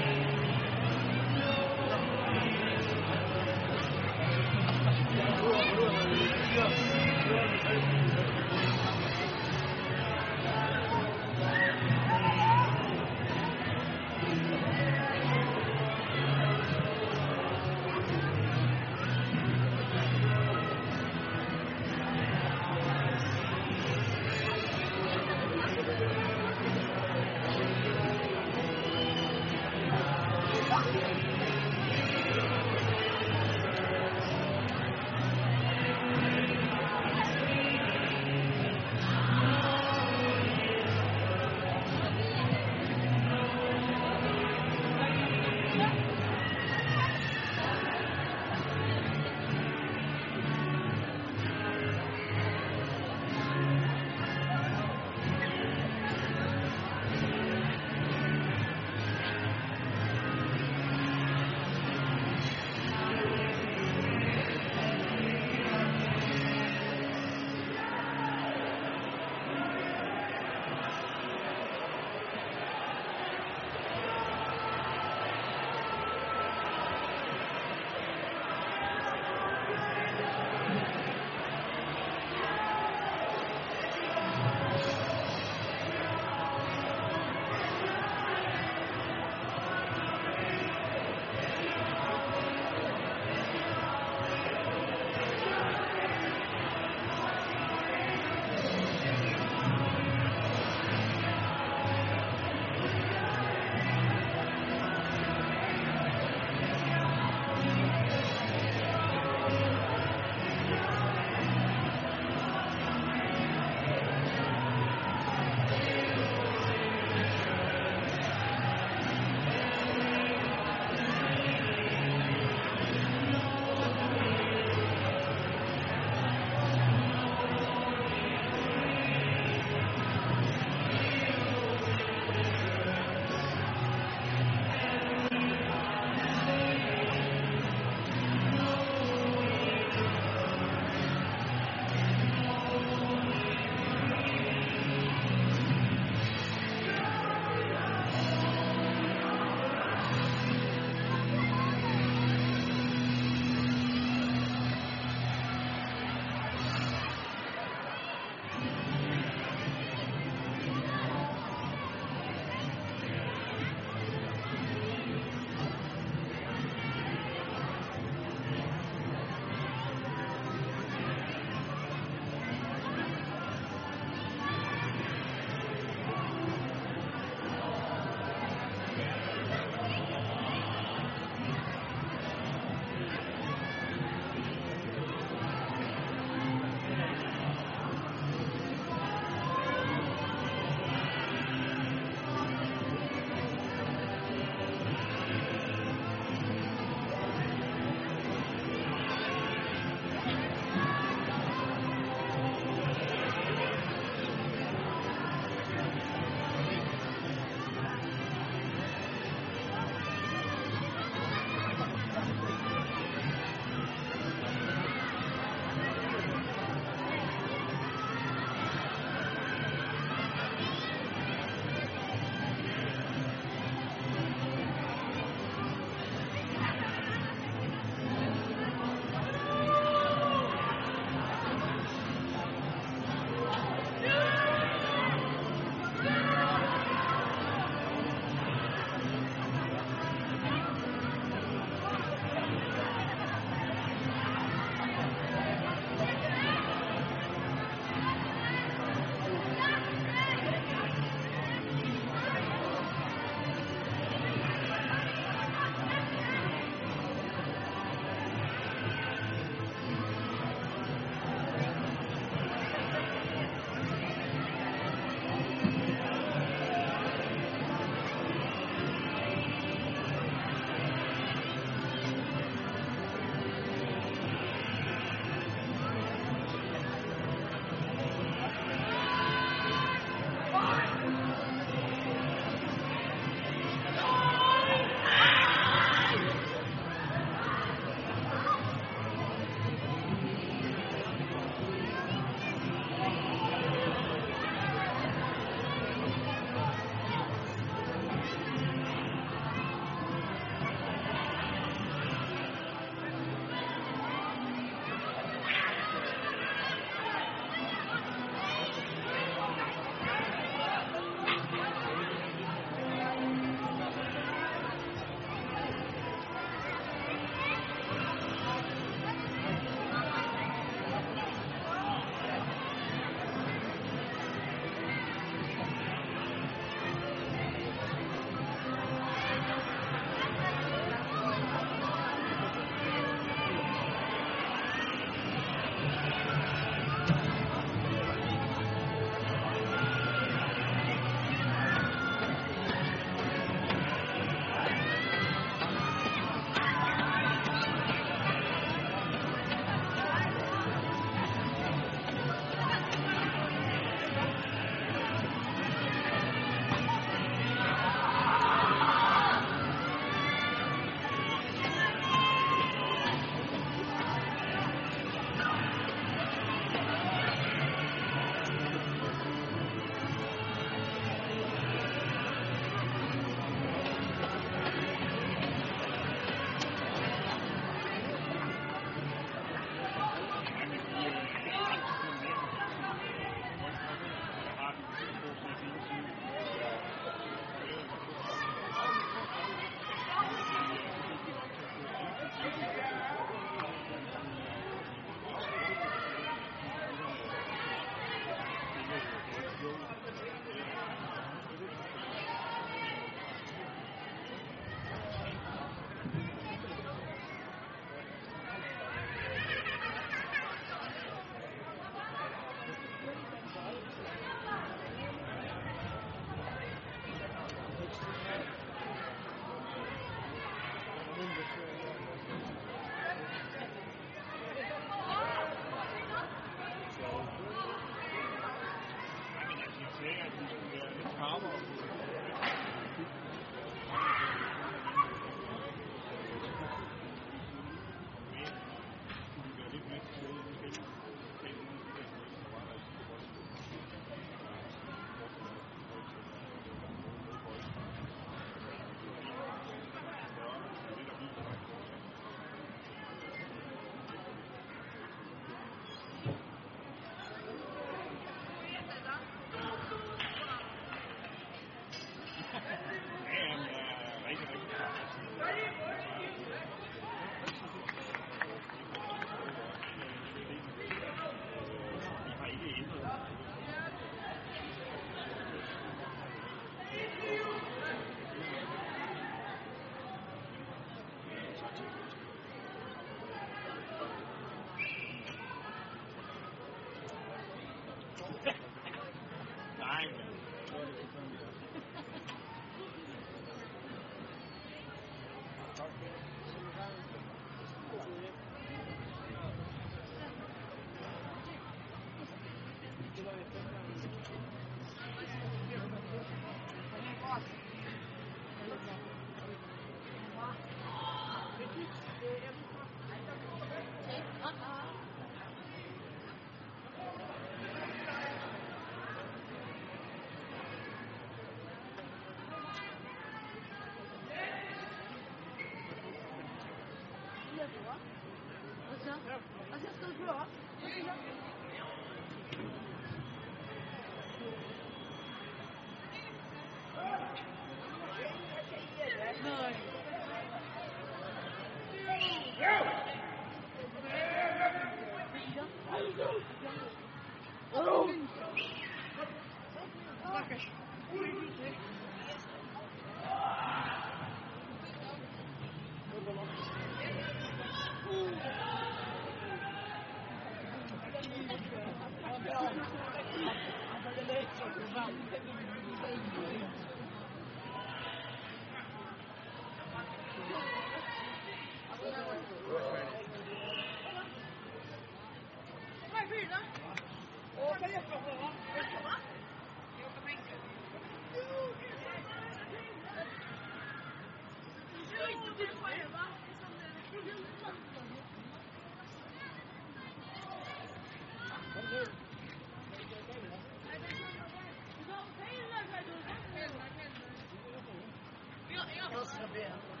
Speaker 2: 要吃别。